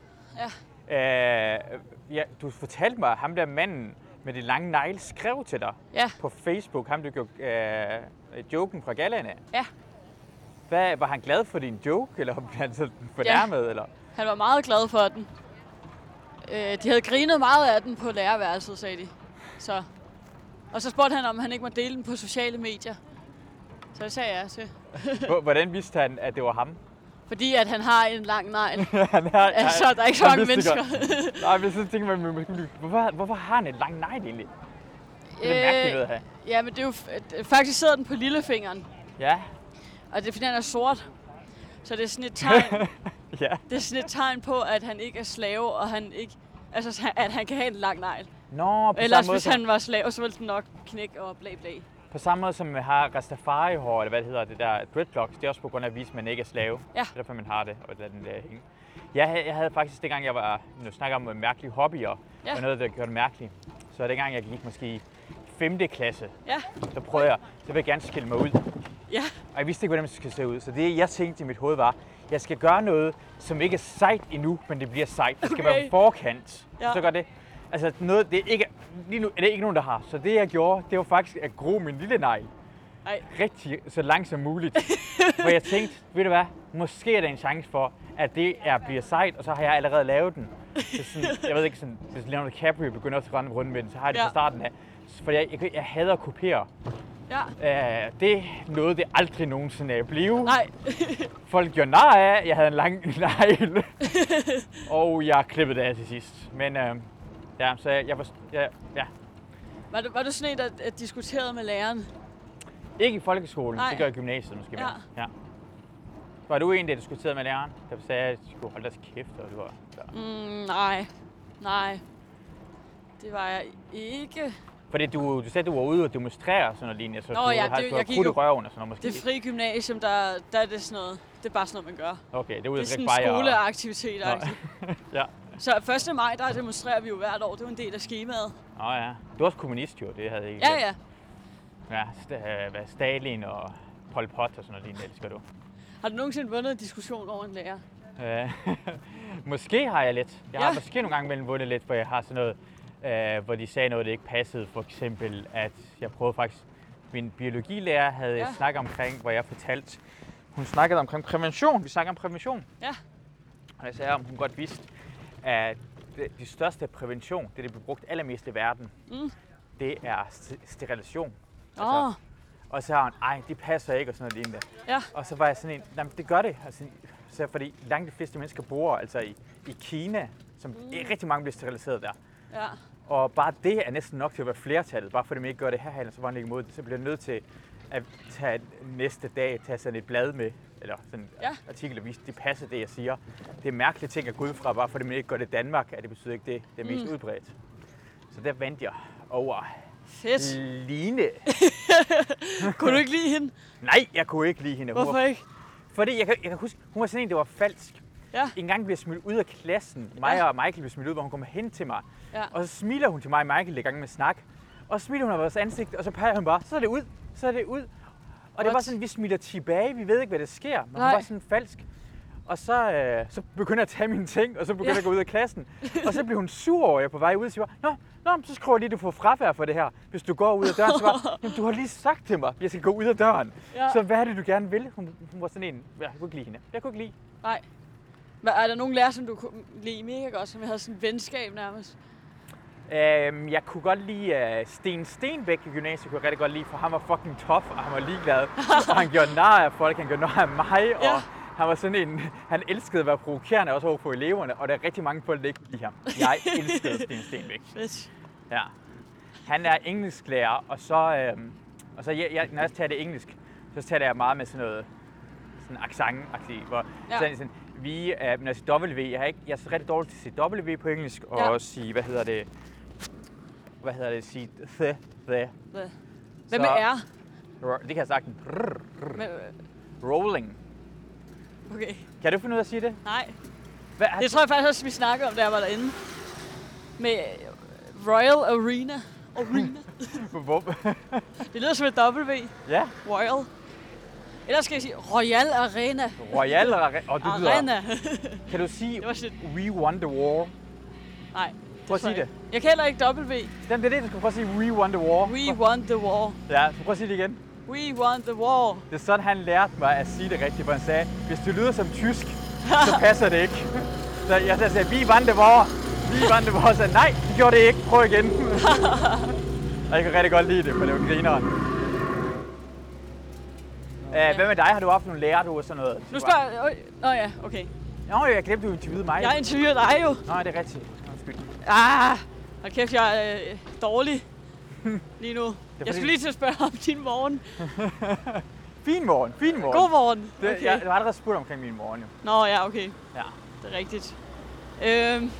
Ja. Du fortalte mig, at ham der manden med de lange negle skrev til dig på Facebook. Ham, du gjorde joken fra gallaen af. Ja. Var han glad for din joke, eller blev han sådan fornærmet? Eller? Han var meget glad for den. De havde grinet meget af den på lærerværelset, sagde de. Og så spurgte han, om han ikke må dele den på sociale medier. Så det sagde jeg til. Hvordan vidste han, at det var ham? Fordi at han har en lang negl. Altså, der er ikke så mange mennesker. Nej, men så tænker man, hvorfor har han en lang negl egentlig? Det er mærkeligt ved at have. Ja, men det er jo faktisk sidder den på lillefingeren. Ja. Og det er fordi, han er sort. Så det er sådan et tegn. Ja. Det er sådan et tegn på, at han ikke er slave, og at han kan have en lang negl. Nå, på ellers samme måde, hvis han var slave, så ville den nok knække og blæ. På samme måde som vi har Rastafari-hår, eller hvad det hedder, det der dreadlocks, det er også på grund af at vise, at man ikke er slave. Ja. Det er derfor, man har det, og lade den der hænge. Jeg havde faktisk, dengang jeg var, nu snakker om mærkelige hobbyer, og noget, der gjorde det mærkeligt. Så dengang jeg gik måske i 5. klasse, så prøvede jeg, så ville jeg gerne skille mig ud. Ja. Og jeg vidste ikke, hvordan man skulle se ud. Så det, jeg tænkte i mit hoved var, jeg skal gøre noget, som ikke er sejt endnu, men det bliver sejt. Det skal være på forkant. Så gør det. Altså noget, det er ikke, lige nu er det ikke nogen, der har. Så det, jeg gjorde, det var faktisk at gro min lille negl. Rigtig så langt som muligt. For jeg tænkte, ved du hvad, måske er der en chance for, at det bliver sejt, og så har jeg allerede lavet den. Så sådan, jeg ved ikke, sådan, hvis Leonardo DiCaprio begynder at rende rundt med den, så har jeg det fra starten af. For jeg hader at kopiere. Ja. Det nåede det aldrig nogensinde at blive. Nej. Folk gjorde nar af, jeg havde en lang negl. Og jeg klippede det af til sidst. Men så jeg Var du sådan en, der diskuterede med læreren? Ikke i folkeskolen, Nej. det gør jeg i gymnasiet måske. Ja. Ja. Var du en, der diskuterede med læreren? Der sagde, at de skulle holde deres kæft, og det var... Nej. Det var jeg ikke. Fordi du sagde, at du var ude og demonstrere sådan noget lignende, så jeg gik jo røven og sådan noget måske. Det frie gymnasium, der er det sådan noget. Det er bare sådan noget, man gør. Okay, det er ude det er sådan skoleaktivitet. Ja. Så 1. maj, der demonstrerer vi jo hvert år. Det var en del af skemaet. Ja. Du er også kommunist jo, det havde jeg ikke. Ja. Ja, Stalin og Pol Pot og sådan noget lignende, elsker du. Har du nogensinde vundet en diskussion over en lærer? Måske har jeg lidt. Jeg har måske nogle gange mellem vundet lidt, hvor jeg har sådan noget, hvor de sagde noget, der ikke passede. For eksempel, at jeg prøvede faktisk... Min biologilærer havde snakket omkring, hvor jeg fortalte... Hun snakkede omkring prævention. Vi snakkede om prævention. Ja. Og jeg sagde, om hun godt vidste, at de største prævention, det bliver brugt allermest i verden, det er sterilisation. Altså, og så har hun, det passer ikke, og sådan noget lignende. Ja. Og så var jeg sådan en, det gør det. Altså, så fordi langt de fleste mennesker bor altså i Kina, som rigtig mange bliver steriliseret der. Ja. Og bare det er næsten nok til at være flertallet, bare fordi man ikke gør det her, så var man ikke imod det. Så bliver jeg nødt til at tage næste dag, tage sådan et blad med, eller sådan en artikel, der viser, det passer det, jeg siger. Det er mærkelige ting at gå ud fra, bare fordi man ikke gør det i Danmark, at det betyder ikke det. Det er mest udbredt. Så der vendte jeg over Line. Kunne du ikke lide hende? Nej, jeg kunne ikke lide hende. Hvorfor ikke? Fordi jeg kan huske, hun var sådan en, der var falsk. Ja. En gang blev jeg smidt ud af klassen. Mig og Michael blev smidt ud, hvor hun kommer hen til mig. Ja. Og så smiler hun til mig og Michael i gang med snak. Og så smiler hun af vores ansigt, og så peger hun bare, så er det ud, så er det ud. Og det var sådan, vi smiler tilbage, vi ved ikke, hvad der sker. Men hun var sådan falsk. Og så begynder jeg at tage mine ting, og så begynder jeg at gå ud af klassen. Og så blev hun sur over, jeg på vej ud og siger, Nå, så skriver jeg lige, at du får frafærd for det her, hvis du går ud af døren. Så var, jamen, du har lige sagt til mig, at jeg skal gå ud af døren. Ja. Så hvad er det, du gerne vil? Hun var sådan en, jeg kunne ikke lide hende. Jeg kunne ikke lide. Nej. Er der nogen lærer, som du kunne lide mega godt, som jeg havde sådan et venskab nærmest? Jeg kunne godt lide Sten Stenbæk i gymnasiet, kunne jeg rigtig godt lide, for han var fucking tough, og han var ligeglad. Og han gjorde nar af folk, han gjorde nar af mig, og han var sådan en, han elskede at være provokerende, også over for eleverne, og der er rigtig mange folk, der ikke lide ham. Jeg elskede Sten Stenbæk. Fedt. Ja. Han er engelsklærer, og så når jeg tager det engelsk, så tager jeg meget med sådan noget, sådan accent-agtigt, hvor sådan, vi når jeg siger W, jeg er så rigtig dårlig til at sige W på engelsk, og sige, hvad hedder det, sige the. Hvad med R? Det kan jeg sagtens. Rolling. Okay. Kan du finde ud af at sige det? Nej. Det tror jeg faktisk også, vi snakkede om, da jeg var derinde. Med Royal Arena. Hvor? Det lyder som et W. Ja. Royal. Ellers skal jeg sige Royal Arena. Royal Arena. Og du Arena. Kan du sige, det we won the war? Nej. Prøv at sige det. Jeg kan heller ikke W. Det er det, du skal prøve at sige, we won the war. We won the war. Ja, så prøv at sige det igen. We won the war. Det er sådan, han lærte mig at sige det rigtigt, for han sagde, hvis du lyder som tysk, så passer det ikke. Så jeg sagde, vi vandt det war. Vi vandt det war. Så sagde, nej, det gjorde det ikke. Prøv igen. Og jeg kan rigtig godt lide det, for det var grineren. Hvad med dig? Har du haft nogle lærer, du og sådan noget? Nu spørger jeg... Nå ja, okay. Nå, jeg glemte, du interviewede mig. Jeg interviewer dig jo. Nå, det er rigtigt. Undskyld. Hold kæft, jeg er dårlig lige nu. Jeg skal lige til at spørge om din morgen. Fin morgen, fin morgen. God morgen. Okay. Jeg har allerede spurgt omkring min morgen jo. Nå ja, okay. Ja. Det er rigtigt. Det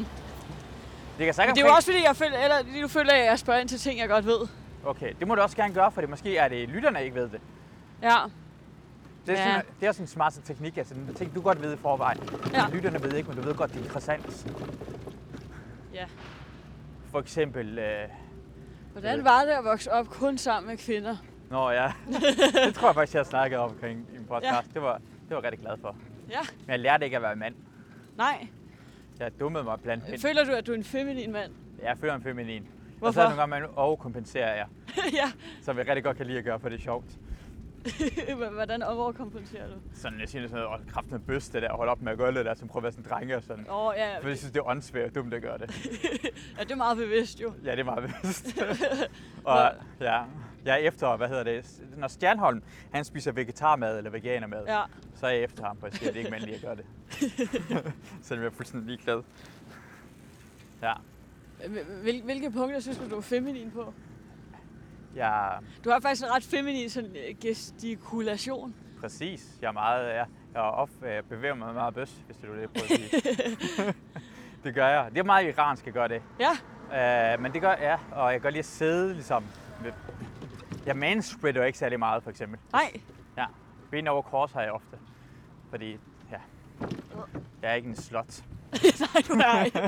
kan Men det er jo også fordi, du føler, at jeg spørger ind til ting, jeg godt ved. Okay, det må du også gerne gøre, for måske er det lytterne, ikke ved det. Ja. Det er sådan en smart teknik, altså en ting, du godt ved i forvejen. Ja. Lytterne ved ikke, men du ved godt, det er interessant. Ja. For eksempel... Hvordan var det at vokse op kun sammen med kvinder? Nå ja, det tror jeg faktisk, jeg har snakket om omkring i en podcast. Ja. Det var jeg rigtig glad for. Ja. Men jeg lærte ikke at være mand. Nej. Jeg dummede mig blandt mænd. Føler du, at du er en feminin mand? Ja, jeg føler en feminin. Hvorfor? Og så er det nogle gange, man overkompenserer jeg. Ja. Som jeg rigtig godt kan lide at gøre, for det er sjovt. Hvordan overkompenserer du? Sådan, jeg siger sådan noget, kraft med bøs, det der, og holde op med at gøre det der, som prøver at være sådan en drenge og sådan. Ja. For jeg synes, det er åndssvagt og dumt at gøre det. Ja, det er meget bevidst jo. Ja, det er meget bevidst. Og ja, jeg er efter, når Stjernholm, han spiser vegetarmad eller veganermad, så er jeg efter ham, for jeg siger, det er ikke mandligt at gøre det. Så jeg er fuldstændig ligeglad. Ja. Hvilke punkter synes du er feminin på? Ja. Du har faktisk en ret feminin sådan gestikulation. Præcis. Jeg bevæger mig meget bøs, hvis du det prøver at sige. Det gør jeg. Det er meget iransk at gøre det. Ja. Men det gør jeg, og jeg kan godt lide at sidde ligesom. Jeg manspreader ikke særlig meget, for eksempel. Nej. Ja. Ben over kors har jeg ofte. Fordi, ja, jeg er ikke en slot. Nej, du er ikke.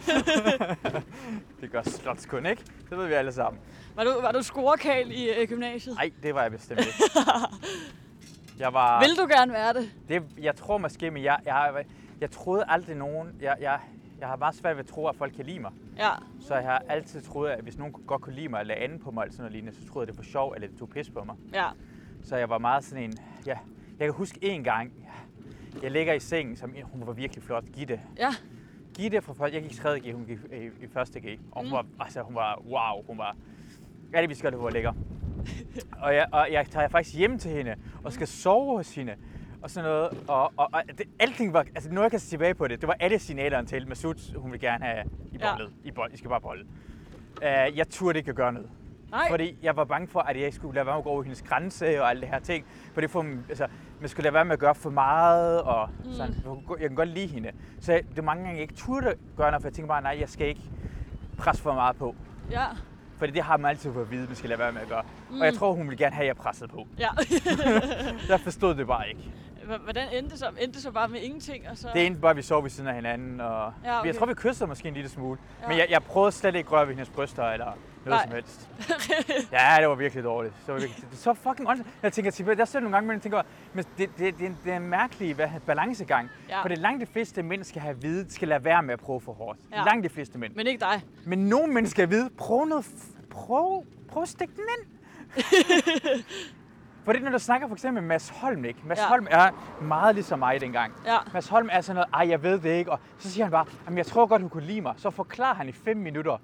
Det gør slots kun, ikke? Det ved vi alle sammen. Var du scorekal i gymnasiet? Nej, det var jeg bestemt ikke. Vil du gerne være det? Jeg tror måske, men jeg troede aldrig nogen... Jeg har meget svært ved at tro, at folk kan lide mig. Ja. Så jeg har altid troet, at hvis nogen godt kunne lide mig eller anden på mig, eller sådan noget lignende, så troede jeg, det var sjovt, eller det tog pis på mig. Ja. Så jeg var meget sådan en... Ja, jeg kan huske en gang, jeg ligger i sengen, hun var virkelig flot, Gitte. Ja. Gitte fra jeg gik i 3. G, hun gik i 1. G. Og hun var, wow, hun var... Ja, det vi skal, hun var lækker. og jeg tager faktisk hjem til hende, og skal sove hos hende. Og sådan noget, og alting var, altså nu jeg kan se tilbage på det, det var alle signalerne til Masud, hun ville gerne have i bollet, I skal bare bolle. Jeg turde ikke at gøre noget. Nej. Fordi jeg var bange for, at jeg skulle lade være med at gå over hendes grænse og alle det her ting. For man skulle lade være med at gøre for meget, og sådan. Jeg kan godt lide hende. Så det er mange gange, jeg ikke turde gøre noget, for jeg tænker bare, nej, jeg skal ikke presse for meget på. Ja. Fordi det har man altid fået at vide, man skal lade være med at gøre. Og jeg tror, hun ville gerne have, at jeg pressede på. Ja. Jeg forstod det bare ikke. Hvordan endte det så? Endte det så bare med ingenting? Og så... Det endte bare, at vi sov ved siden af hinanden. Og ja, okay. Jeg tror, vi kyssede måske en lille smule. Ja. Men jeg prøvede slet ikke at røre ved hendes bryster eller noget som helst. Ja, det var virkelig dårligt. Det er så fucking åndssvagt. Jeg tænker tilbage, der står nogle gange, men jeg tænker, men det er en mærkelig balancegang. Ja. For det langt de fleste mænd skal have vide, skal lade være med at prøve for hårdt. Ja. Langt de fleste mænd. Men ikke dig. Men nogle mennesker skal vide, prøv at stikke den ind. For det når du snakker for eksempel med Mads Holm, ikke? Mads Holm er meget ligesom mig dengang. Ja. Mads Holm er sådan noget, jeg ved det ikke, og så siger han bare, jeg tror godt, hun kunne lide mig. Så forklarer han i 5 minutter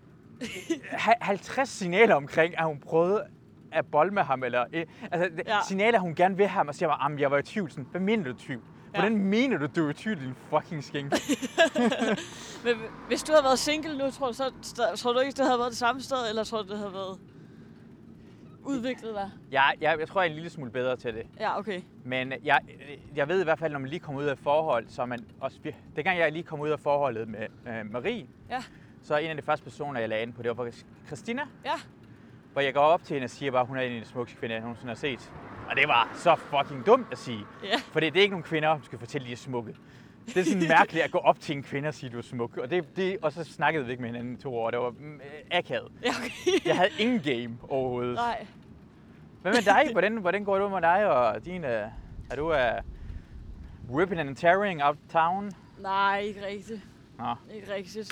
50 signaler omkring, at hun prøvede at bolle med ham, eller signaler, hun gerne vil have ham, og siger bare, jeg var i tvivl. Sådan, hvad mener du tvivl? Hvordan mener du er i tvivl, din fucking skænke? Men hvis du havde været single nu, tror du ikke, det havde været det samme sted, eller tror du, det havde været udviklet dig? Jeg tror, jeg er en lille smule bedre til det. Ja, okay. Men jeg ved i hvert fald, når man lige kommer ud af forhold, så man også... Dengang jeg lige kom ud af forholdet med Marie, så en af de første personer, jeg lagde ind på, det var faktisk Christina. Ja. Hvor jeg går op til hende og siger bare, hun er en af de smukkeste kvinder, jeg nogensinde har set. Og det var så fucking dumt at sige. Yeah. For det er ikke nogen kvinder, som skal fortælle, de er smukke. Det er sådan mærkeligt at gå op til en kvinde og sige, du er smuk. Og så snakkede vi ikke med hinanden i 2 år. Det var akavet. Ja, okay. Jeg havde ingen game overhovedet. Nej. Hvad med dig? Hvordan går det med dig og din... Er du ripping and tearing out town? Nej, ikke rigtigt. Nå. Ikke rigtigt.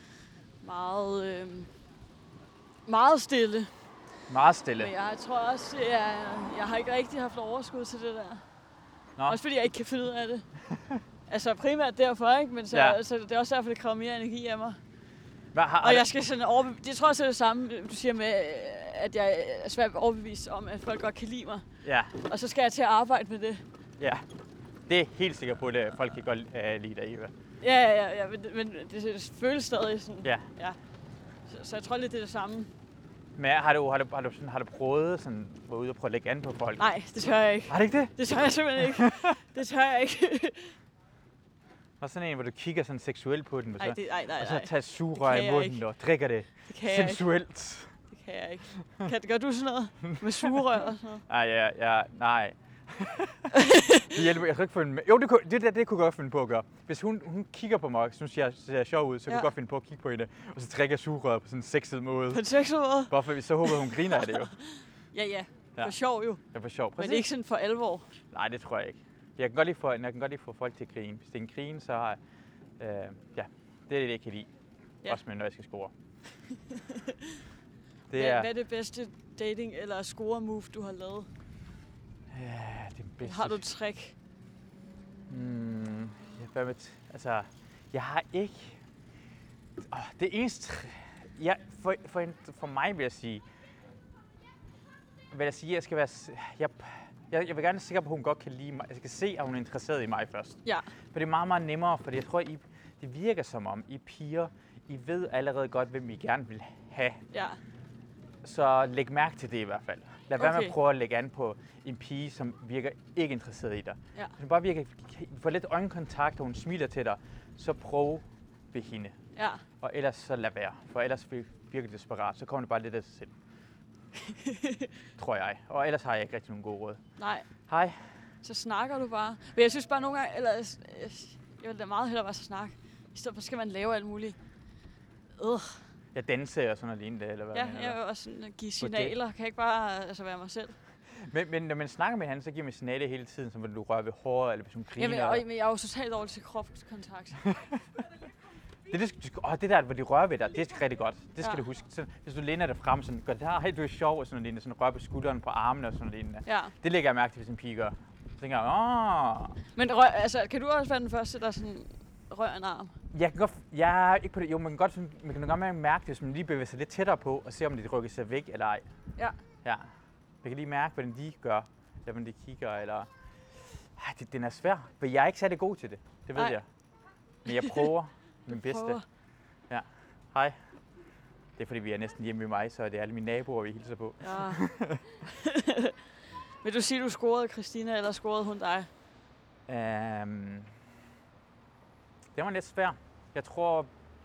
Meget stille. Meget stille. Men jeg tror også, jeg har ikke rigtig haft overskud til det der. Nå. Også fordi jeg ikke kan finde ud af det. Altså primært derfor, ikke? Men så det er også derfor, det kræver mere energi af mig. Og jeg skal sådan det tror jeg også er det samme, du siger med, at jeg er svært overbevist om, at folk godt kan lide mig. Ja. Og så skal jeg til at arbejde med det. Ja. Det er helt sikkert på, at folk kan godt lide dig, Eva. Ja, men det føles stadig sådan. Ja. Så jeg tror lidt, det er det samme. Men har du prøvet sådan, at være ude og prøve at lægge an på folk? Nej, det tør jeg ikke. Har du ikke det? Det tør jeg simpelthen ikke. Det tør jeg ikke. Og sådan en, hvor du kigger sådan seksuelt på den, Nej. og så tager sugerør i munden og drikker det sensuelt. Det kan jeg ikke. Gør du sådan noget med sugerør og sådan noget? Nej. Det hjælper, jeg kan ikke følge med. Jo, det kunne jeg godt finde på at gøre. Hvis hun kigger på mig og synes, jeg ser sjov ud, så kunne jeg godt finde på at kigge på hende, og så drikker jeg sugerøret på sådan en sexet måde. På en sexet måde? Hvorfor? Så håber hun griner af det jo. Ja. For sjov jo. Ja, for sjov. Præcis. Men ikke sådan for alvor. Nej, det tror jeg ikke. Jeg kan godt lide at få folk til at grine. Hvis det er en grin, så har det er det, jeg kan lide. Ja. Også med, når jeg skal score. Hvad er det bedste dating- eller score-move, du har lavet? Ja, det bedste... Har du et trick? Jeg har ikke... det eneste... For mig vil jeg sige... jeg skal være... Jeg vil gerne være sikker på, at hun godt kan lide mig. Jeg skal se, at hun er interesseret i mig først. Ja. For det er meget, meget nemmere, for jeg tror, det virker som om, I piger, I ved allerede godt, hvem I gerne vil have. Ja. Så læg mærke til det i hvert fald. Lad være med at prøve at lægge an på en pige, som virker ikke interesseret i dig. Ja. Hvis hun bare virker, får lidt øjenkontakt, og hun smiler til dig, så prøv ved hende. Ja. Og ellers så lad være, for ellers virker det desperat. Så kommer det bare lidt af sig selv. Tror jeg. Og ellers har jeg ikke rigtig nogen gode råd. Nej. Hej. Så snakker du bare. Men jeg synes bare nogle gange, jeg vil da meget hellere bare så snakke. I stedet for skal man lave alt muligt. Jeg danser og sådan noget lignende, eller hvad? Ja, jeg vil også sådan give signaler. Kan jeg ikke bare være mig selv? Men når man snakker med han, så giver man signaler hele tiden, som når du rører ved håret, eller hvis hun griner. Men jeg er jo totalt dårlig til kropskontakt. Det der, hvor de rører ved dig, det er rigtig godt. Det skal du huske. Så, hvis du læner dig frem, sådan, gør det her, hey, du er sjov, og sådan noget, sådan rører på skulderen, på armen og sådan noget. Ja. Det lægger jeg mærke til, hvis en pige gør. Så tænker jeg, Men kan du også være den første, der sådan rører en arm? Jeg kan godt, jeg er ikke på det. Jo, man kan godt mærke det, hvis man lige bevæger sig lidt tættere på, og se om de rykker sig væk eller ej. Ja. Man kan lige mærke, hvordan de gør, eller hvordan de kigger, eller... Den er svær, for jeg er ikke særlig god til det. Det ved jeg. Men jeg prøver min bedste. Ja. Hej. Det er fordi, vi er næsten hjemme ved mig, så det er alle mine naboer, vi hilser på. Ja. Vil du sige, du scorede Christina, eller scorede hun dig? Det var lidt svært. Jeg tror,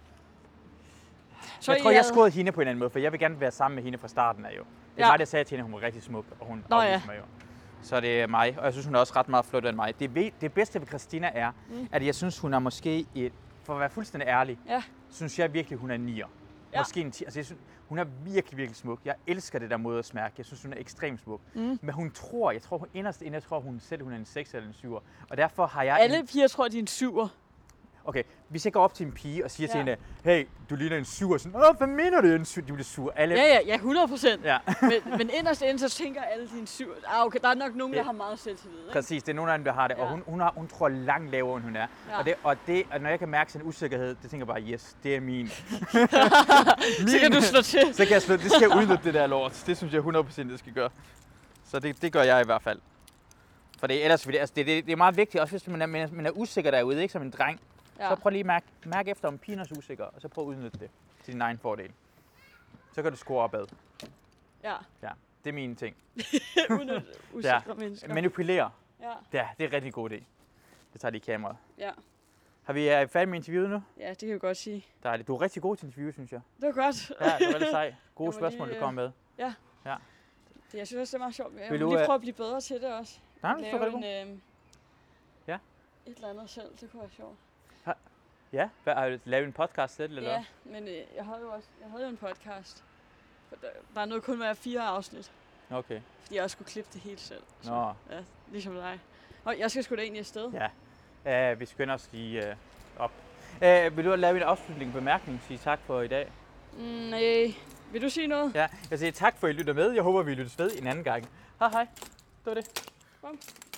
jeg scorede hende på en anden måde, for jeg vil gerne være sammen med hende fra starten af jo. Det er mig, der sagde til hende, at hun var rigtig smuk, og hun afviste mig jo. Så det er mig, og jeg synes, hun er også ret meget flottere end mig. Det bedste ved Christina er, at jeg synes, hun er måske for at være fuldstændig ærlig, synes jeg virkelig, hun er en 9'er. Måske en 10. Altså, jeg synes, hun er virkelig, virkelig smuk. Jeg elsker det der måde at smærke. Jeg synes, hun er ekstremt smuk. Men hun tror hun selv, hun er en 6 eller en 7'er. Og derfor har jeg... Alle piger tror, de er en 7'er. Okay, hvis jeg går op til en pige og siger til hende, hey, du ligner en 7'er, sådan, hvad mener du, en 7'er? De bliver sur. Alle... Ja, 100%. Ja. men inderst inde, så tænker alle, de er en 7'er. Okay, der er nok nogen, der har meget selvtillid, ikke? Præcis, det er nogen af dem, der har det, og hun tror langt lavere, end hun er. Ja. Og når jeg kan mærke sådan en usikkerhed, det tænker jeg bare, yes, det er min. Så kan du slå til. Så kan jeg slå, det skal jeg udnytte det der lort. Det synes jeg 100% det skal gøre. Så det gør jeg i hvert fald. For det er ellers, altså, det er meget vigtigt, også hvis man er usikker derude, ikke som en dreng. Ja. Så prøv lige at mærke efter, om pigen er usikker, og så prøv at udnytte det til din egen fordel. Så kan du score opad. Ja. Det er mine ting. Udnytte usikre mennesker. Manipulere. Ja. Det er en rigtig god idé. Det tager de i kameraet. Ja. Har vi færdig med interviewet nu? Ja, det kan vi godt sige. Dejligt. Du er rigtig god til interview, synes jeg. Det var godt. Ja, det var lidt sej. Gode spørgsmål, du kom med. Ja. Ja. Jeg synes også, det er meget sjovt. Jeg vil lige prøve at blive bedre til det også. Nej, det er rigtig god. Et eller andet selv, det kunne være sjovt. Ja, har du lavet en podcast selv, eller? Ja, men jeg havde jo en podcast. Der er noget kun med 4 afsnit. Okay. Fordi jeg også skulle klippe det helt selv. Så, Nå. ja, ligesom dig. Og jeg skal sgu da egentlig afsted. Ja. Vi skynder os lige op. Vil du lave en afslutning bemærkning? Sige tak for i dag. Nej. Vil du sige noget? Ja, jeg siger tak for, at I lytter med. Jeg håber, vi lyttes ved en anden gang. Hej. Det var det. Kom.